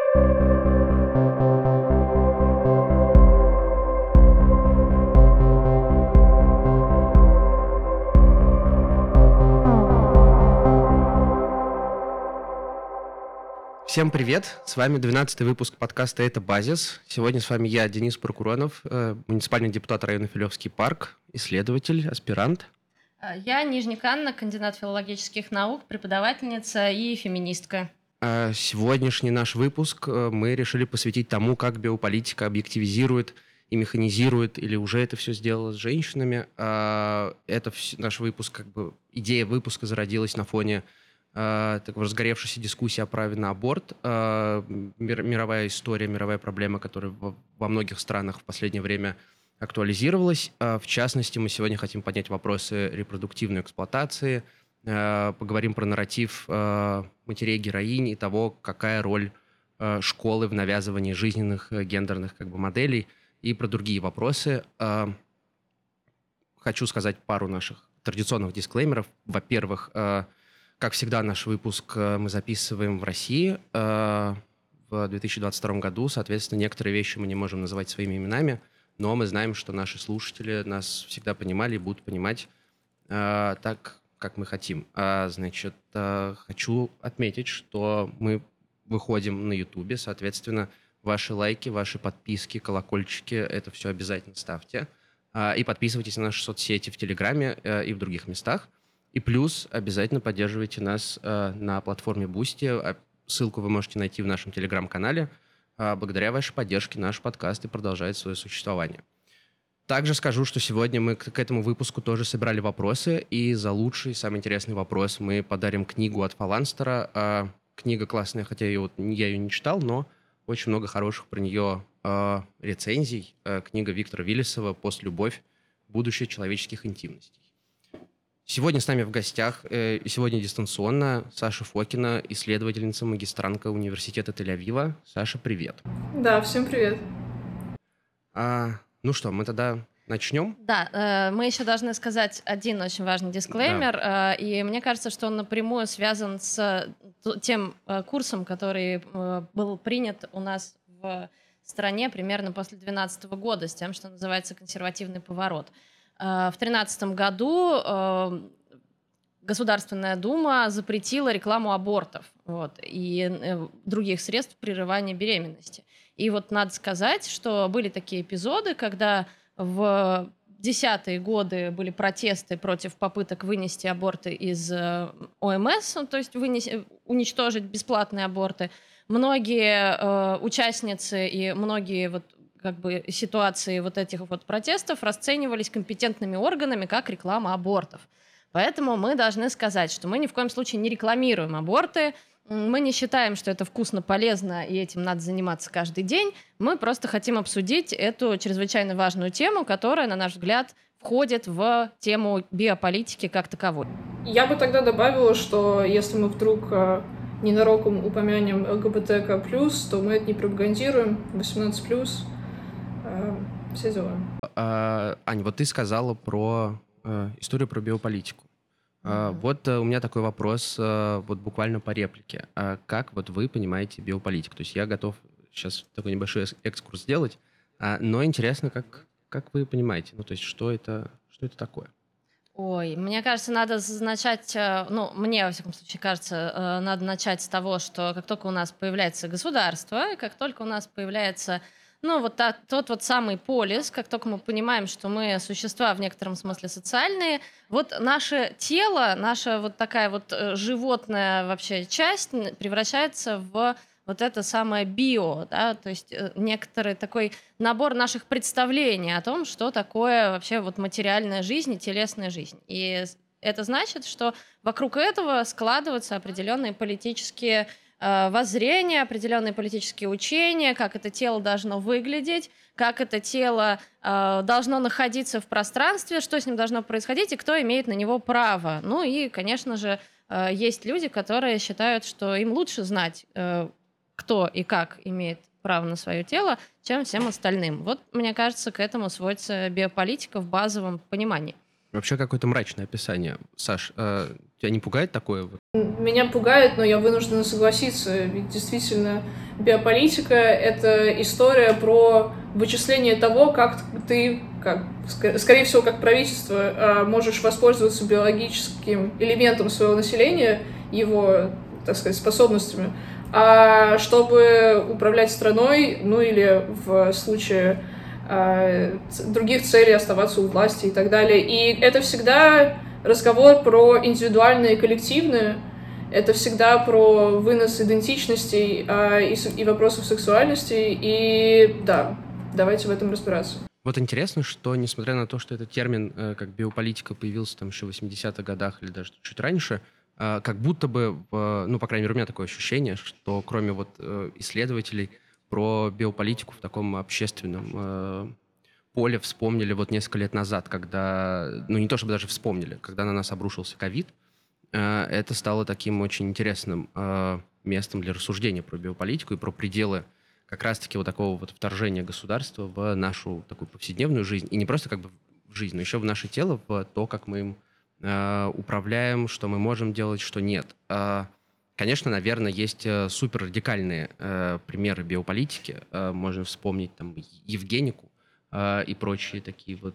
Всем привет! С вами 12-й выпуск подкаста «Это базис». Сегодня с вами я, Денис Прокуронов, муниципальный депутат района Филевский парк, исследователь, аспирант. Я Нижник Анна, кандидат филологических наук, преподавательница и феминистка. Сегодняшний наш выпуск мы решили посвятить тому, как биополитика объективизирует и механизирует, или уже это все сделало с женщинами. Наш выпуск, идея выпуска зародилась на фоне такой разгоревшейся дискуссии о праве на аборт. Мировая история, мировая проблема, которая во многих странах в последнее время актуализировалась. В частности, мы сегодня хотим поднять вопросы репродуктивной эксплуатации, поговорим про нарратив матерей-героинь и того, какая роль школы в навязывании жизненных гендерных моделей, и про другие вопросы. Хочу сказать пару наших традиционных дисклеймеров. Во-первых, как всегда, наш выпуск мы записываем в России в 2022 году. Соответственно, некоторые вещи мы не можем называть своими именами, но мы знаем, что наши слушатели нас всегда понимали и будут понимать так, как мы хотим. Хочу отметить, что мы выходим на Ютубе. Соответственно, ваши лайки, ваши подписки, колокольчики — это все обязательно ставьте. И подписывайтесь на наши соцсети в Телеграме и в других местах. И плюс обязательно поддерживайте нас на платформе Boosty. Ссылку вы можете найти в нашем Телеграм-канале. Благодаря вашей поддержке наш подкаст и продолжает свое существование. Также скажу, что сегодня мы к этому выпуску тоже собирали вопросы. И за лучший, самый интересный вопрос мы подарим книгу от Фаланстера. Книга классная, хотя я ее не читал, но очень много хороших про нее рецензий. Книга Виктора Виллисова «Постлюбовь. Будущее человеческих интимностей». Сегодня с нами в гостях, и сегодня дистанционно, Саша Фокина, исследовательница, магистрантка университета Тель-Авива. Саша, привет. Да, всем привет. Ну что, мы тогда начнем? Да, мы еще должны сказать один очень важный дисклеймер, да. И мне кажется, что он напрямую связан с тем курсом, который был принят у нас в стране примерно после 2012 года, с тем, что называется консервативный поворот. В 2013 году Государственная Дума запретила рекламу абортов и других средств прерывания беременности. И надо сказать, что были такие эпизоды, когда в 10-е годы были протесты против попыток вынести аборты из ОМС, то есть уничтожить бесплатные аборты. Многие участницы и многие ситуации этих протестов расценивались компетентными органами как реклама абортов. Поэтому мы должны сказать, что мы ни в коем случае не рекламируем аборты, мы не считаем, что это вкусно, полезно и этим надо заниматься каждый день. Мы просто хотим обсудить эту чрезвычайно важную тему, которая, на наш взгляд, входит в тему биополитики как таковой. Я бы тогда добавила, что если мы вдруг ненароком упомянем ЛГБТК+, то мы это не пропагандируем, 18+. Все дела. Ань, ты сказала про историю про биополитику. У меня такой вопрос, буквально по реплике. Как вы понимаете биополитику? То есть я готов сейчас такой небольшой экскурс сделать, но интересно, как вы понимаете, что это такое? Ой, мне кажется, надо начать, мне, во всяком случае, кажется, надо начать с того, что как только у нас появляется государство, как только у нас появляется тот самый полис, как только мы понимаем, что мы существа в некотором смысле социальные, наше тело, наша такая животная вообще часть превращается в это самое био, да, то есть некоторый такой набор наших представлений о том, что такое вообще материальная жизнь и телесная жизнь. И это значит, что вокруг этого складываются определенные политические воззрения, определенные политические учения, как это тело должно выглядеть, как это тело должно находиться в пространстве, что с ним должно происходить и кто имеет на него право. И, конечно же, есть люди, которые считают, что им лучше знать, кто и как имеет право на свое тело, чем всем остальным. Мне кажется, к этому сводится биополитика в базовом понимании. Вообще какое-то мрачное описание. Саш, тебя не пугает такое? Меня пугает, но я вынуждена согласиться, ведь действительно биополитика — это история про вычисление того, как ты, скорее всего, как правительство, можешь воспользоваться биологическим элементом своего населения, его, так сказать, способностями, чтобы управлять страной, ну или в случае других целей оставаться у власти и так далее. И это всегда разговор про индивидуальное и коллективное. Это всегда про вынос идентичностей и вопросов сексуальности. И да, давайте в этом разбираться. Вот интересно, что несмотря на то, что этот термин как биополитика появился там еще в 80-х годах или даже чуть раньше, как будто бы, ну, по крайней мере, у меня такое ощущение, что кроме вот исследователей про биополитику в таком общественном поле вспомнили вот несколько лет назад, когда, ну, не то чтобы даже вспомнили, когда на нас обрушился ковид, это стало таким очень интересным местом для рассуждения про биополитику и про пределы как раз-таки вот такого вот вторжения государства в нашу такую повседневную жизнь. И не просто как бы в жизнь, но еще в наше тело, в то, как мы им управляем, что мы можем делать, что нет. Конечно, наверное, есть супер радикальные примеры биополитики. Можно вспомнить там Евгенику и прочие такие вот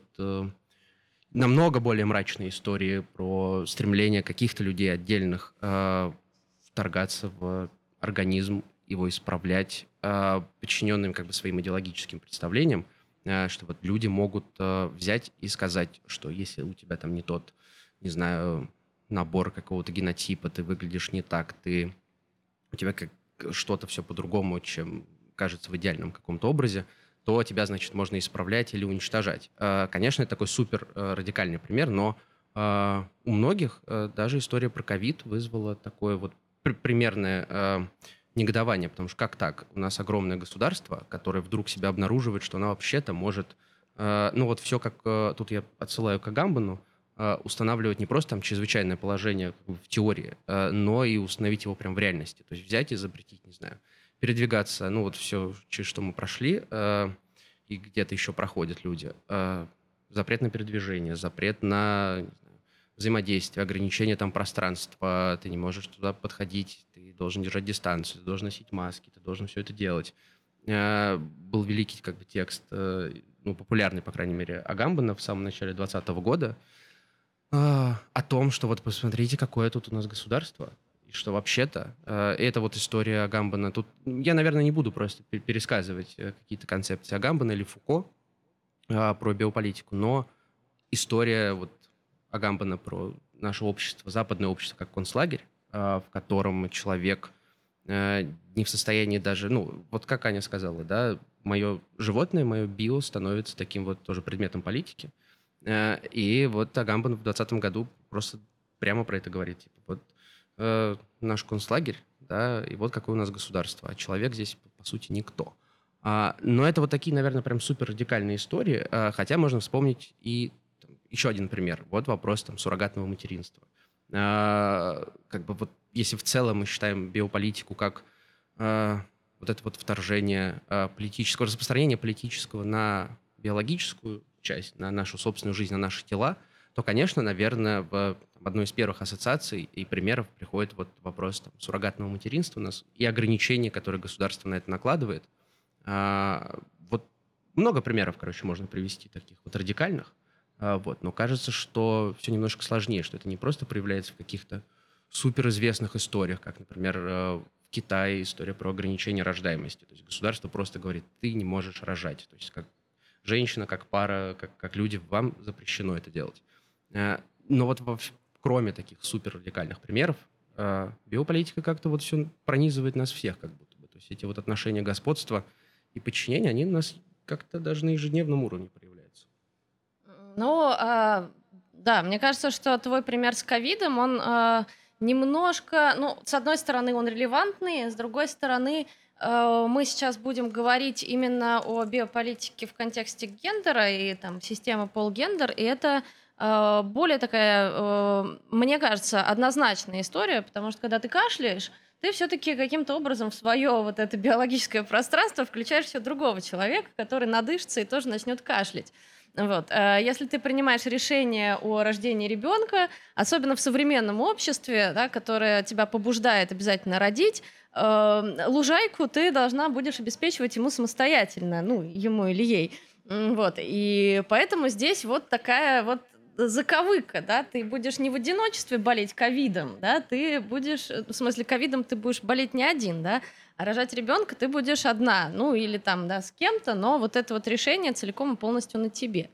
намного более мрачные истории про стремление каких-то людей отдельных вторгаться в организм, его исправлять, подчиненным как бы своим идеологическим представлениям, что вот люди могут взять и сказать, что если у тебя там не тот, не знаю, набор какого-то генотипа, ты выглядишь не так, у тебя как что-то все по-другому, чем кажется в идеальном каком-то образе, то тебя, значит, можно исправлять или уничтожать. Конечно, это такой супер радикальный пример, но у многих даже история про ковид вызвала такое вот примерное негодование, потому что как так? У нас огромное государство, которое вдруг себя обнаруживает, что оно вообще-то может, ну вот все как, тут я отсылаю к Агамбану, устанавливать не просто там чрезвычайное положение в теории, но и установить его прямо в реальности. То есть взять и запретить, не знаю, передвигаться, ну вот все, через что мы прошли, и где-то еще проходят люди. Запрет на передвижение, запрет на не знаю, взаимодействие, ограничение там пространства, ты не можешь туда подходить, ты должен держать дистанцию, ты должен носить маски, ты должен все это делать. Был великий как бы текст, ну популярный, по крайней мере, Агамбана в самом начале 2020 года, о том, что вот посмотрите, какое тут у нас государство, и что вообще-то, это вот история Агамбана. Тут я, наверное, не буду просто пересказывать какие-то концепции Агамбана или Фуко про биополитику, но история вот Агамбана про наше общество, западное общество, как концлагерь, в котором человек не в состоянии даже, ну, вот как Аня сказала, да, мое животное, мое био становится таким вот тоже предметом политики. И вот Агамбан в 2020 году просто прямо про это говорит. Типа, вот наш концлагерь, да, и вот какое у нас государство. А человек здесь, по сути, никто. Но это вот такие, наверное, прям супер радикальные истории. Хотя можно вспомнить и там, еще один пример. Вот вопрос там суррогатного материнства. Как бы вот если в целом мы считаем биополитику как вот это вот вторжение политического, распространение политического на биологическую часть, на нашу собственную жизнь, на наши тела, то, конечно, наверное, в одной из первых ассоциаций и примеров приходит вот вопрос там, суррогатного материнства у нас и ограничений, которые государство на это накладывает. Вот много примеров, короче, можно привести таких вот радикальных, вот, но кажется, что все немножко сложнее, что это не просто проявляется в каких-то суперизвестных историях, как, например, в Китае история про ограничение рождаемости. То есть государство просто говорит, ты не можешь рожать. То есть как женщина, как пара, как люди, вам запрещено это делать. Но вот кроме таких супер радикальных примеров, биополитика как-то вот все пронизывает нас всех как будто бы. То есть эти вот отношения господства и подчинения, они у нас как-то даже на ежедневном уровне проявляются. Ну, да, мне кажется, что твой пример с ковидом, он немножко, ну, с одной стороны, он релевантный, с другой стороны, мы сейчас будем говорить именно о биополитике в контексте гендера и там системы полгендер, и это более такая, мне кажется, однозначная история, потому что когда ты кашляешь, ты все-таки каким-то образом в свое вот это биологическое пространство включаешь все другого человека, который надышится и тоже начнет кашлять. Вот. Если ты принимаешь решение о рождении ребенка, особенно в современном обществе, да, которое тебя побуждает обязательно родить, лужайку ты должна будешь обеспечивать ему самостоятельно, ну, ему или ей. Вот. И поэтому здесь вот такая вот заковыка, да, ты будешь не в одиночестве болеть ковидом, да, ты будешь, в смысле, ковидом ты будешь болеть не один, да, а рожать ребенка ты будешь одна, ну, или там, да, с кем-то, но вот это вот решение целиком и полностью на тебе.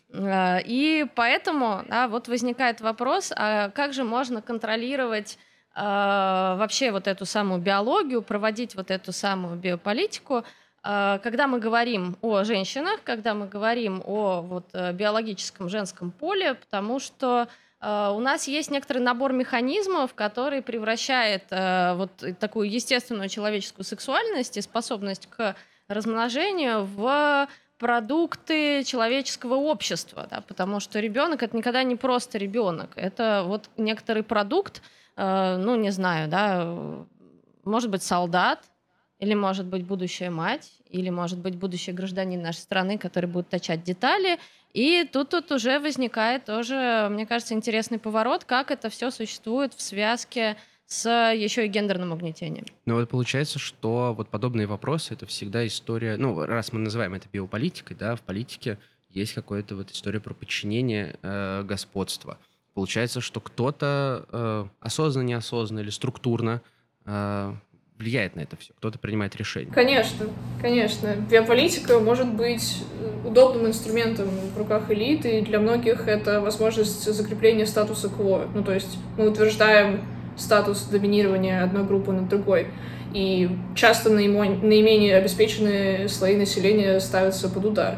И поэтому, да, вот возникает вопрос, а как же можно контролировать вообще вот эту самую биологию, проводить вот эту самую биополитику, когда мы говорим о женщинах, когда мы говорим о вот, биологическом женском поле, потому что у нас есть некоторый набор механизмов, который превращает вот такую естественную человеческую сексуальность и способность к размножению в продукты человеческого общества, да, потому что ребенок это никогда не просто ребенок, это вот некоторый продукт, ну не знаю, да, может быть солдат, или, может быть, будущая мать, или, может быть, будущий гражданин нашей страны, который будет точать детали. И тут уже возникает тоже, мне кажется, интересный поворот, как это все существует в связке с еще и гендерным угнетением. Ну вот получается, что вот подобные вопросы — это всегда история... Ну, раз мы называем это биополитикой, да, в политике есть какая-то вот история про подчинение господства. Получается, что кто-то осознанно, неосознанно или структурно влияет на это все, кто-то принимает решения. Конечно, конечно. Биополитика может быть удобным инструментом в руках элиты, и для многих это возможность закрепления статуса кво. Ну, то есть мы утверждаем статус доминирования одной группы над другой, и часто наименее обеспеченные слои населения ставятся под удар.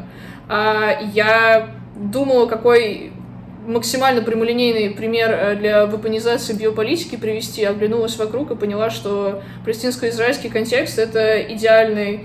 Я думала, какой максимально прямолинейный пример для вепонизации биополитики привести, оглянулась вокруг и поняла, что палестинско-израильский контекст — это идеальная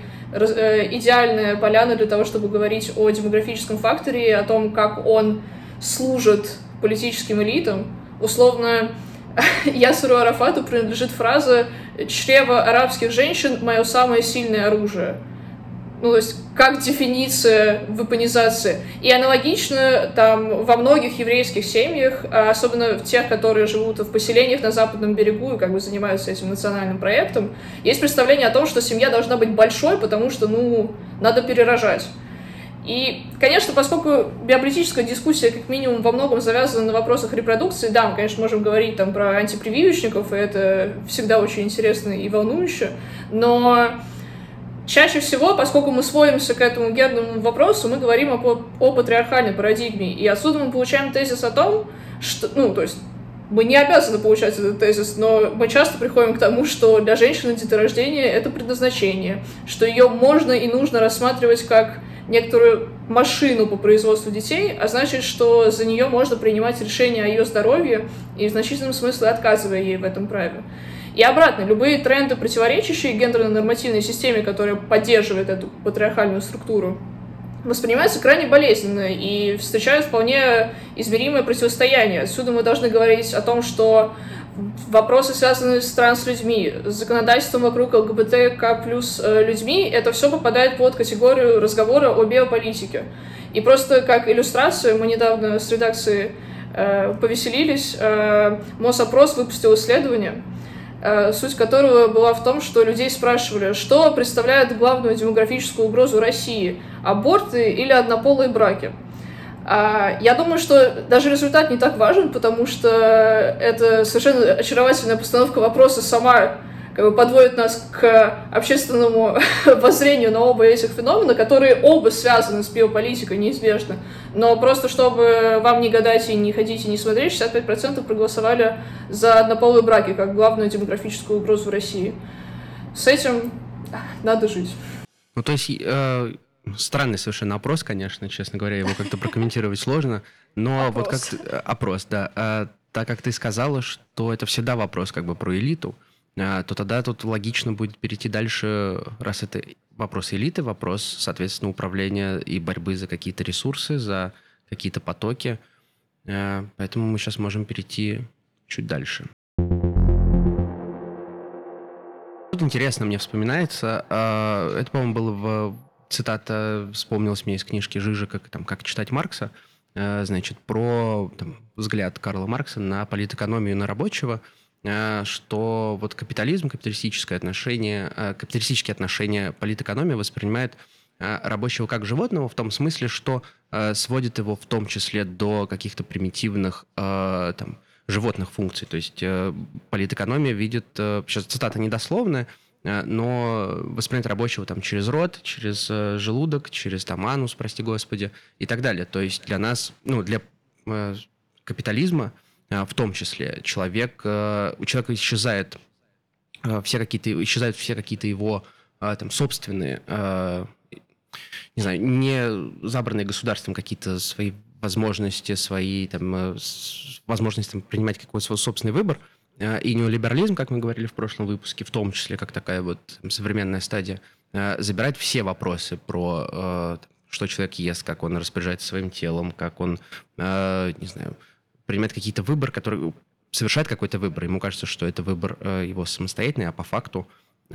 поляна для того, чтобы говорить о демографическом факторе, о том, как он служит политическим элитам. Условно, Ясеру Арафату принадлежит фраза «чрево арабских женщин — мое самое сильное оружие». Ну, то есть, как дефиниция вепонизации. И аналогично там во многих еврейских семьях, особенно в тех, которые живут в поселениях на Западном берегу и как бы занимаются этим национальным проектом, есть представление о том, что семья должна быть большой, потому что, ну, надо перерожать. И, конечно, поскольку биополитическая дискуссия как минимум во многом завязана на вопросах репродукции, да, мы, конечно, можем говорить там про антипрививочников, и это всегда очень интересно и волнующе, но чаще всего, поскольку мы сводимся к этому гендерному вопросу, мы говорим о патриархальной парадигме, и отсюда мы получаем тезис о том, что, ну, то есть, мы не обязаны получать этот тезис, но мы часто приходим к тому, что для женщины деторождение — это предназначение, что ее можно и нужно рассматривать как некоторую машину по производству детей, а значит, что за нее можно принимать решения о ее здоровье и в значительном смысле отказывая ей в этом праве. И обратно, любые тренды, противоречащие гендерно-нормативной системе, которая поддерживает эту патриархальную структуру, воспринимаются крайне болезненно и встречают вполне измеримое противостояние. Отсюда мы должны говорить о том, что вопросы, связанные с транслюдьми, с законодательством вокруг ЛГБТК плюс людьми, это все попадает под категорию разговора о биополитике. И просто как иллюстрацию, мы недавно с редакцией повеселились, Мосопрос выпустил исследование, суть которого была в том, что людей спрашивали, что представляет главную демографическую угрозу России – аборты или однополые браки. Я думаю, что даже результат не так важен, потому что это совершенно очаровательная постановка вопроса сама как бы подводит нас к общественному воззрению на оба этих феномена, которые оба связаны с биополитикой неизбежно. Но просто чтобы вам не гадать и не ходить и не смотреть, 65% проголосовали за однополые браки как главную демографическую угрозу в России. С этим надо жить. Ну, то есть... Странный совершенно опрос, конечно, честно говоря, его как-то прокомментировать сложно, но опрос. Вот как ты, опрос, да, так как ты сказала, что это всегда вопрос как бы про элиту, то тогда тут логично будет перейти дальше, раз это вопрос элиты, вопрос, соответственно, управления и борьбы за какие-то ресурсы, за какие-то потоки, поэтому мы сейчас можем перейти чуть дальше. Тут интересно мне вспоминается, это, по-моему, было в цитата вспомнилась мне из книжки Жижика «Как читать Маркса», значит, про взгляд Карла Маркса на политэкономию, на рабочего, что вот капиталистические отношения политэкономия воспринимает рабочего как животного в том смысле, что сводит его в том числе до каких-то примитивных животных функций. То есть политэкономия видит, сейчас цитата недословная, но воспринимает рабочего через рот, через желудок, через анус, прости господи, и так далее. То есть для нас, для капитализма в том числе, у человека исчезают все какие-то его собственные, не знаю, не забранные государством какие-то свои возможности, возможности принимать какой-то свой собственный выбор. И неолиберализм, как мы говорили в прошлом выпуске, в том числе как такая современная стадия, забирает все вопросы про что человек ест, как он распоряжается своим телом, как он, не знаю, принимает какие-то выборы, совершает какой-то выбор. Ему кажется, что это выбор его самостоятельный, а по факту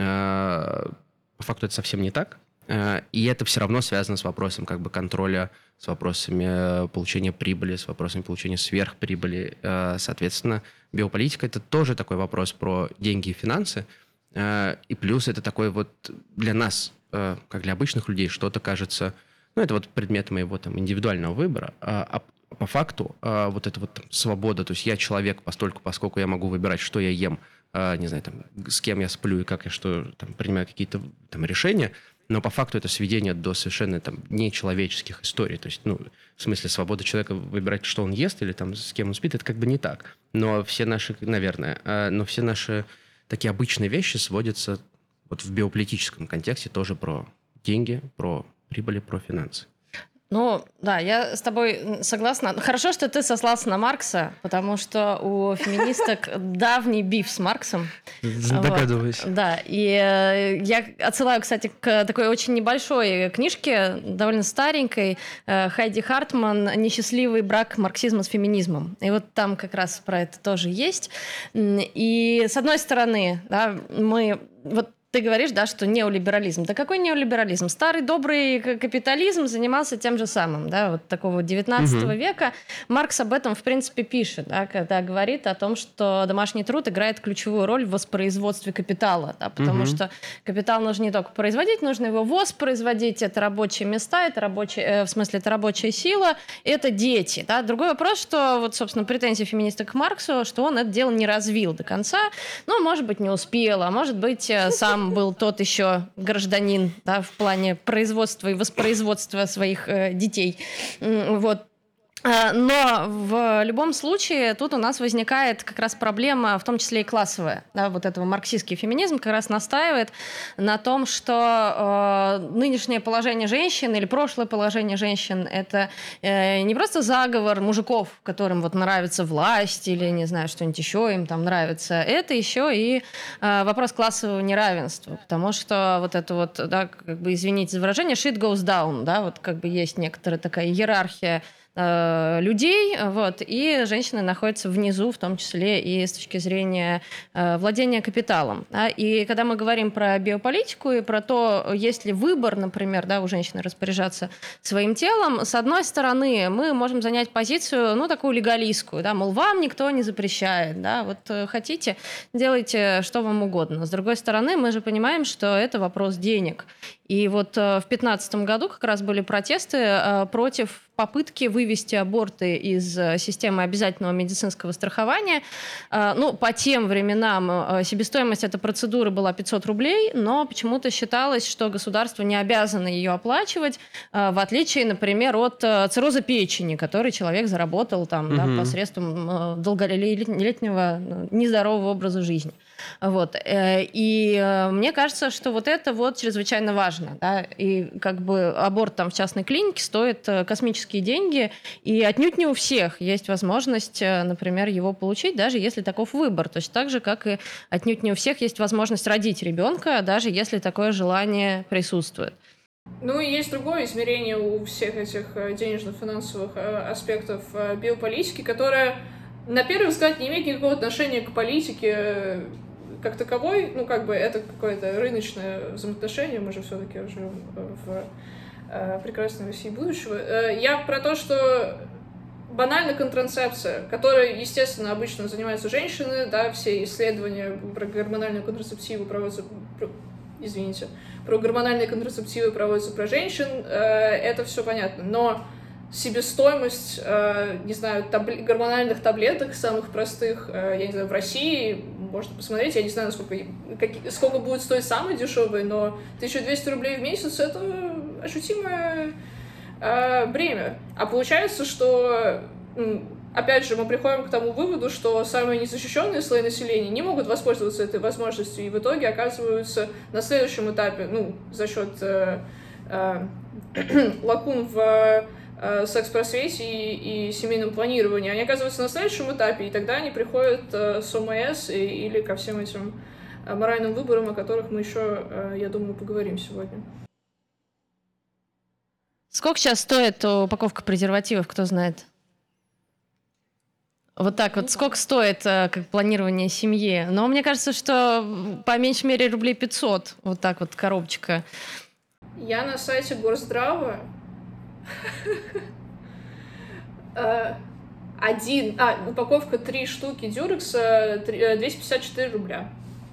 это совсем не так. И это все равно связано с вопросом контроля, с вопросами получения прибыли, с вопросами получения сверхприбыли. Соответственно, биополитика – это тоже такой вопрос про деньги и финансы. И плюс это такой для нас, как для обычных людей, что-то кажется... это предмет моего индивидуального выбора. А по факту эта свобода, то есть я человек поскольку я могу выбирать, что я ем, не знаю, с кем я сплю и как я принимаю какие-то решения, но по факту это сведение до совершенно нечеловеческих историй. То есть, в смысле, свобода человека выбирать, что он ест или с кем он спит, это не так. Но все наши, такие обычные вещи сводятся в биополитическом контексте тоже про деньги, про прибыли, про финансы. Да, я с тобой согласна. Хорошо, что ты сослался на Маркса, потому что у феминисток давний биф с Марксом. Догадываюсь. Да, и я отсылаю, кстати, к такой очень небольшой книжке, довольно старенькой, Хайди Хартман «Несчастливый брак марксизма с феминизмом». И там как раз про это тоже есть. И с одной стороны, мы... Ты говоришь, что неолиберализм. Да какой неолиберализм? Старый добрый капитализм занимался тем же самым, такого 19 века. Маркс об этом, в принципе, пишет, когда говорит о том, что домашний труд играет ключевую роль в воспроизводстве капитала, потому что капитал нужно не только производить, нужно его воспроизводить. Это рабочие места, это рабочая сила, это дети. Другой вопрос, что, собственно, претензии феминисток к Марксу, что он это дело не развил до конца. Может быть, не успел, а может быть, сам был тот еще гражданин, в плане производства и воспроизводства своих детей. Но в любом случае тут у нас возникает как раз проблема, в том числе и классовая. Этого марксистский феминизм как раз настаивает на том, что нынешнее положение женщин или прошлое положение женщин – это не просто заговор мужиков, которым нравится власть или, не знаю, что-нибудь еще им нравится. Это еще и вопрос классового неравенства, потому что извините за выражение, shit goes down, есть некоторая такая иерархия людей, и женщины находятся внизу, в том числе и с точки зрения владения капиталом. И когда мы говорим про биополитику и про то, есть ли выбор, например, у женщины распоряжаться своим телом, с одной стороны, мы можем занять позицию, такую легалистскую, мол, вам никто не запрещает, хотите, делайте что вам угодно. С другой стороны, мы же понимаем, что это вопрос денег. И в 2015 году как раз были протесты против попытки вывести аборты из системы обязательного медицинского страхования. По тем временам себестоимость этой процедуры была 500 рублей, но почему-то считалось, что государство не обязано ее оплачивать, в отличие, например, от цирроза печени, который человек заработал посредством долголетнего нездорового образа жизни. И мне кажется, что это чрезвычайно важно. И аборт в частной клинике стоит космические деньги, и отнюдь не у всех есть возможность, например, его получить, даже если таков выбор. Точно так же, как и отнюдь не у всех есть возможность родить ребенка, даже если такое желание присутствует. И есть другое измерение у всех этих денежно-финансовых аспектов биополитики, которое, на первый взгляд, не имеет никакого отношения к политике как таковой, ну, как бы это какое-то рыночное взаимоотношение, мы же все-таки живем в прекрасной России будущего. Я про то, что банально контрацепция, которой, естественно, обычно занимаются женщины, да, все исследования про гормональную контрацептиву проводятся, про гормональные контрацептивы проводятся про женщин, это все понятно, но себестоимость, не знаю, гормональных таблеток самых простых, я не знаю, в России, можно посмотреть, я не знаю, сколько будет стоить самый дешевый, но 1200 рублей в месяц — это ощутимое бремя. А получается, что, опять же, мы приходим к тому выводу, что самые незащищенные слои населения не могут воспользоваться этой возможностью, и в итоге оказываются на следующем этапе, за счет лакун в секс-просвете и семейном планировании, они оказываются на следующем этапе, и тогда они приходят с ОМС или ко всем этим моральным выборам, о которых мы еще, я думаю, поговорим сегодня. Сколько сейчас стоит упаковка презервативов, кто знает? Вот так вот. Сколько стоит как планирование семьи? Но мне кажется, что по меньшей мере рублей 500. Вот так вот коробочка. Я на сайте Горздрава упаковка 3 штуки Дюрекса 254 рубля.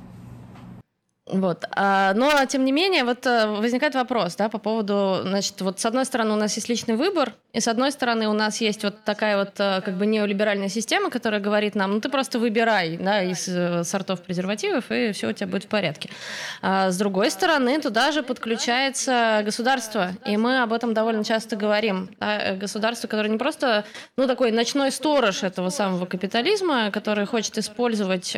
Вот. Но, тем не менее, вот возникает вопрос, да, по поводу, значит, вот с одной стороны у нас есть личный выбор, и с одной стороны у нас есть вот такая вот как бы неолиберальная система, которая говорит нам, ты просто выбирай, да, из сортов презервативов, и все у тебя будет в порядке. А с другой стороны, туда же подключается государство, и мы об этом довольно часто говорим. Да, государство, которое не просто, такой ночной сторож этого самого капитализма, который хочет использовать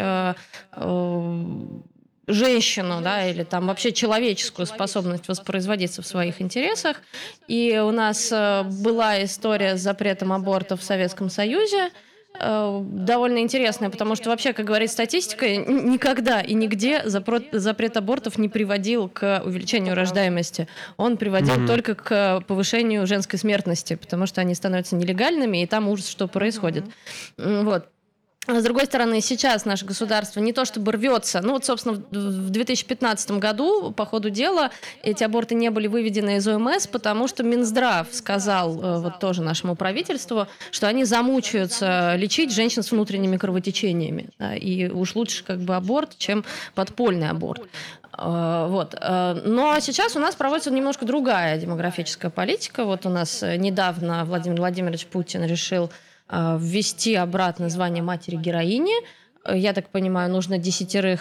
женщину, да, или там вообще человеческую способность воспроизводиться в своих интересах. И у нас была история с запретом абортов в Советском Союзе, довольно интересная, потому что вообще, как говорит статистика, никогда и нигде запрет абортов не приводил к увеличению рождаемости. Он приводил только к повышению женской смертности, потому что они становятся нелегальными, и там ужас, что происходит. Вот. С другой стороны, сейчас наше государство не то чтобы рвется. Собственно, в 2015 году, по ходу дела, эти аборты не были выведены из ОМС, потому что Минздрав сказал вот тоже нашему правительству, что они замучаются лечить женщин с внутренними кровотечениями. Да, и уж лучше как бы аборт, чем подпольный аборт. Вот. Но сейчас у нас проводится немножко другая демографическая политика. Вот у нас недавно Владимир Владимирович Путин решил ввести обратно звание матери-героини. Я так понимаю, нужно 10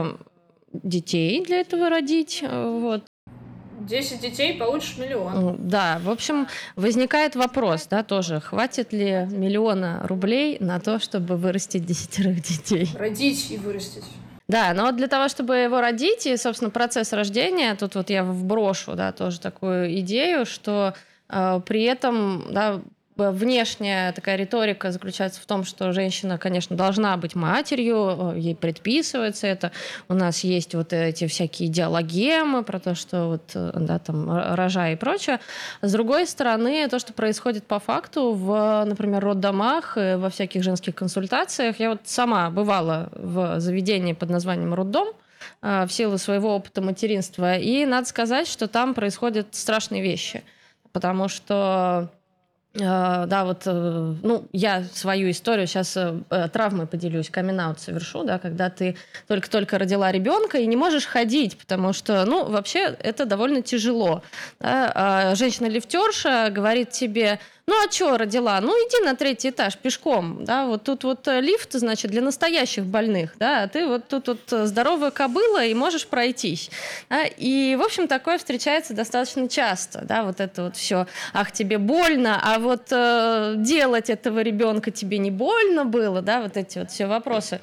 детей для этого родить. Вот. 10 детей, получишь 1 миллион. Да, в общем, возникает вопрос, да, тоже, хватит ли 1 миллиона рублей на то, чтобы вырастить 10 детей? Родить и вырастить. Да, но для того, чтобы его родить, и, собственно, процесс рождения, тут вот я вброшу, да, тоже такую идею, что при этом, да, внешняя такая риторика заключается в том, что женщина, конечно, должна быть матерью, ей предписывается это. У нас есть вот эти всякие идеологемы про то, что вот, да, там, рожай и прочее. С другой стороны, то, что происходит по факту в, например, роддомах, во всяких женских консультациях. Я вот сама бывала в заведении под названием роддом в силу своего опыта материнства. И надо сказать, что там происходят страшные вещи. Потому что да, вот, я свою историю сейчас травмой поделюсь, камин-аут совершу, да, когда ты только-только родила ребенка и не можешь ходить, потому что, вообще это довольно тяжело. Да? Женщина-лифтерша говорит тебе: а что родила? Иди на 3-й этаж пешком, да, вот тут вот лифт, значит, для настоящих больных, да, а ты вот тут вот здоровая кобыла и можешь пройтись, да? И, в общем, такое встречается достаточно часто, да, вот это вот все, ах, тебе больно, а вот делать этого ребенка тебе не больно было, да, вот эти вот все вопросы.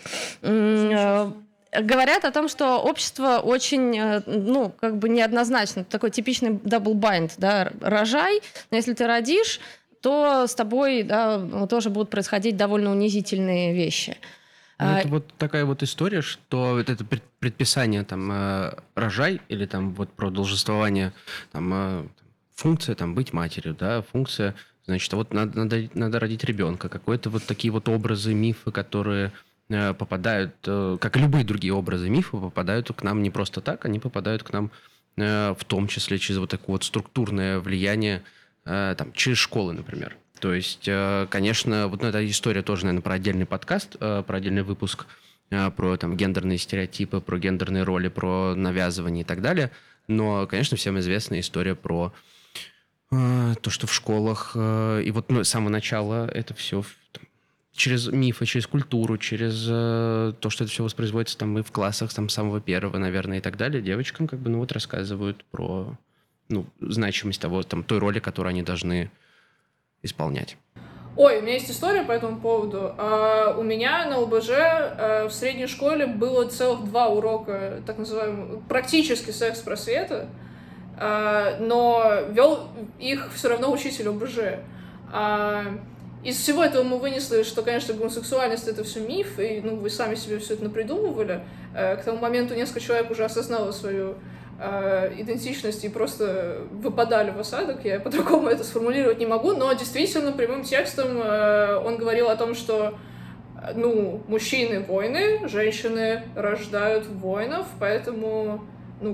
Говорят о том, что общество очень, как бы неоднозначно, такой типичный double bind, да, рожай, но если ты родишь, то с тобой, да, тоже будут происходить довольно унизительные вещи. Это вот такая вот история, что вот это предписание там рожай или там вот про должествование, там функция там быть матерью, да, функция, значит, вот надо родить ребенка, какие-то вот такие вот образы, мифы, которые попадают, как и любые другие образы мифа, попадают к нам не просто так, они попадают к нам в том числе через вот такое вот структурное влияние, там, через школы, например. То есть, конечно, вот эта история тоже, наверное, про отдельный подкаст, про отдельный выпуск, про там гендерные стереотипы, про гендерные роли, про навязывание и так далее. Но, конечно, всем известна история про то, что в школах, и вот с самого начала это все через мифы, через культуру, через то, что это все воспроизводится там и в классах там, с самого первого, наверное, и так далее, девочкам как бы, рассказывают про значимость того, там, той роли, которую они должны исполнять. Ой, у меня есть история по этому поводу. У меня на ЛБЖ в средней школе было целых 2 урока так называемого практически секс-просвета, но вел их все равно учитель ОБЖ. Из всего этого мы вынесли, что, конечно, гомосексуальность — это все миф, и вы сами себе все это напридумывали. К тому моменту несколько человек уже осознало свою идентичность и просто выпадали в осадок. Я по-другому это сформулировать не могу, но действительно прямым текстом он говорил о том, что мужчины — войны, женщины рождают воинов, поэтому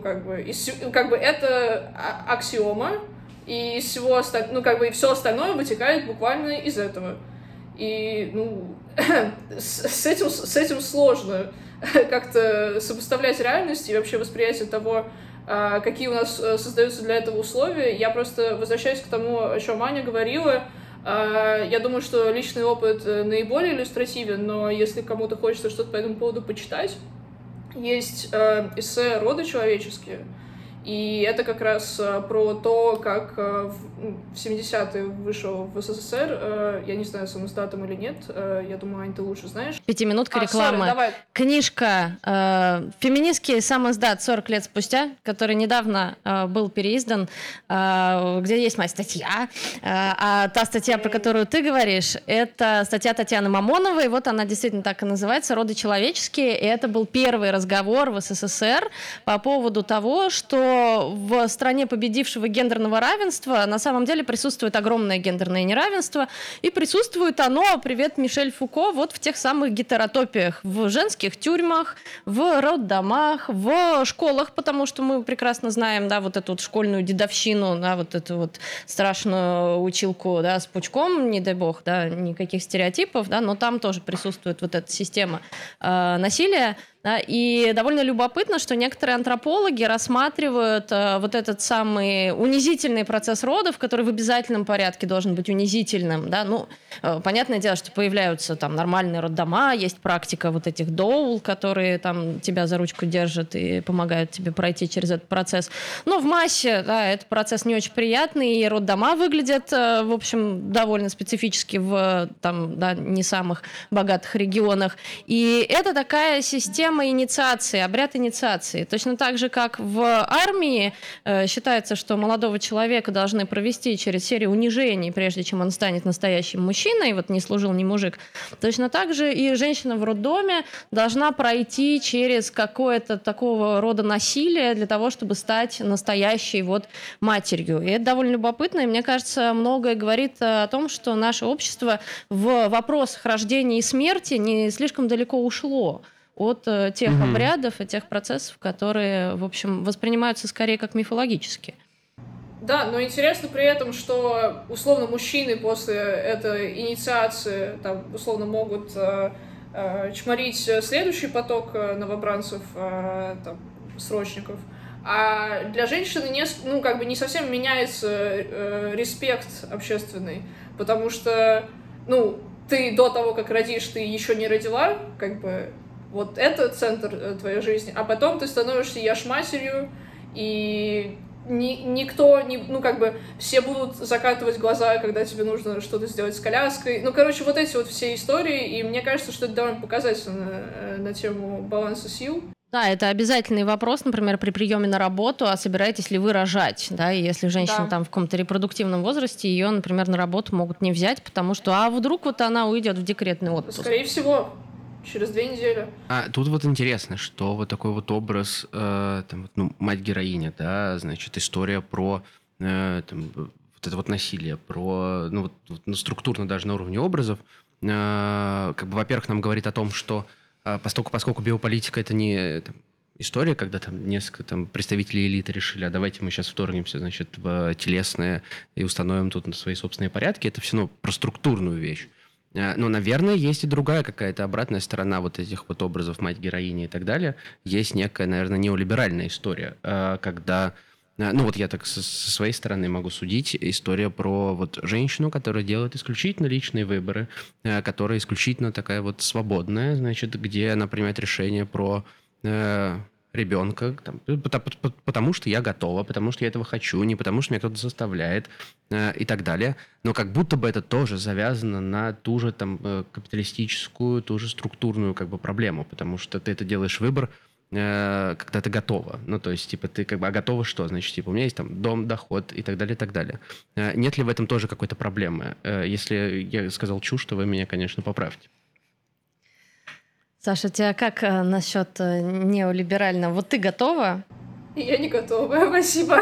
это аксиома, и из всего и все остальное вытекает буквально из этого. И с этим сложно как-то сопоставлять реальность и вообще восприятие того, какие у нас создаются для этого условия. Я просто возвращаюсь к тому, о чем Аня говорила. Я думаю, что личный опыт наиболее иллюстративен, но если кому-то хочется что-то по этому поводу почитать, есть эссе «Роды человеческие», и это как раз про то, как в 70-е вышел в СССР, я не знаю, самоздатом или нет, я думаю, Ань, ты лучше знаешь. 5-минутка рекламы. Давай. Книжка «Феминистский самоздат 40 лет спустя», который недавно был переиздан, где есть моя статья. А та статья, про которую ты говоришь, это статья Татьяны Мамоновой. Вот она действительно так и называется «Роды человеческие». И это был первый разговор в СССР по поводу того, что в стране победившего гендерного равенства на самом деле присутствует огромное гендерное неравенство, и присутствует оно, привет, Мишель Фуко, вот в тех самых гетеротопиях, в женских тюрьмах, в роддомах, в школах, потому что мы прекрасно знаем, да, вот эту вот школьную дедовщину, да, вот эту вот страшную училку, да, с пучком, не дай бог, да, никаких стереотипов, да, но там тоже присутствует вот эта система насилия. Да, и довольно любопытно, что некоторые антропологи рассматривают вот этот самый унизительный процесс родов, который в обязательном порядке должен быть унизительным. Да? Понятное дело, что появляются там нормальные роддома, есть практика вот этих доул, которые там тебя за ручку держат и помогают тебе пройти через этот процесс. Но в массе, да, этот процесс не очень приятный, и роддома выглядят, в общем, довольно специфически в там, да, не самых богатых регионах. И это такая система инициации, обряд инициации. Точно так же, как в армии считается, что молодого человека должны провести через серию унижений, прежде чем он станет настоящим мужчиной, вот не служил ни мужик. Точно так же и женщина в роддоме должна пройти через какое-то такого рода насилие для того, чтобы стать настоящей вот матерью. И это довольно любопытно, и мне кажется, многое говорит о том, что наше общество в вопросах рождения и смерти не слишком далеко ушло от тех обрядов и тех процессов, которые, в общем, воспринимаются скорее как мифологические. Да, но интересно при этом, что условно мужчины после этой инициации там, условно могут чморить следующий поток новобранцев, там, срочников, а для женщины не совсем меняется респект общественный, потому что ты до того, как родишь, ты еще не родила, как бы вот это центр твоей жизни, а потом ты становишься яшь-матерью, и никто не, все будут закатывать глаза, когда тебе нужно что-то сделать с коляской. Вот эти вот все истории, и мне кажется, что это довольно показательно на тему баланса сил. Да, это обязательный вопрос, например, при приеме на работу, а собираетесь ли вы рожать, да, и если женщина там в каком-то репродуктивном возрасте, ее, например, на работу могут не взять, потому что, вдруг вот она уйдет в декретный отпуск. Скорее всего. Через 2 недели. Тут вот интересно, что вот такой вот образ, мать-героиня, да, значит, история про вот это вот насилие, про, структурно даже на уровне образов, во-первых, нам говорит о том, что поскольку биополитика — это не история, когда там несколько там представителей элиты решили, а давайте мы сейчас вторгнемся, значит, в телесное и установим тут свои собственные порядки, это все про структурную вещь. Но, наверное, есть и другая какая-то обратная сторона вот этих вот образов мать-героини и так далее. Есть некая, наверное, неолиберальная история, когда... Ну вот я так со своей стороны могу судить. История про вот женщину, которая делает исключительно личные выборы, которая исключительно такая вот свободная, значит, где она принимает решение про ребенка, там, потому что я готова, потому что я этого хочу, не потому что меня кто-то заставляет и так далее. Но как будто бы это тоже завязано на ту же там капиталистическую, ту же структурную как бы проблему, потому что ты это делаешь выбор, когда ты готова. Ну, то есть, типа, ты как бы, а готова что? Значит, типа, у меня есть там дом, доход и так далее, и так далее. Нет ли в этом тоже какой-то проблемы? Если я сказал чушь, то вы меня, конечно, поправьте. Саша, у тебя как насчет неолиберального? Вот ты готова? Я не готова, спасибо.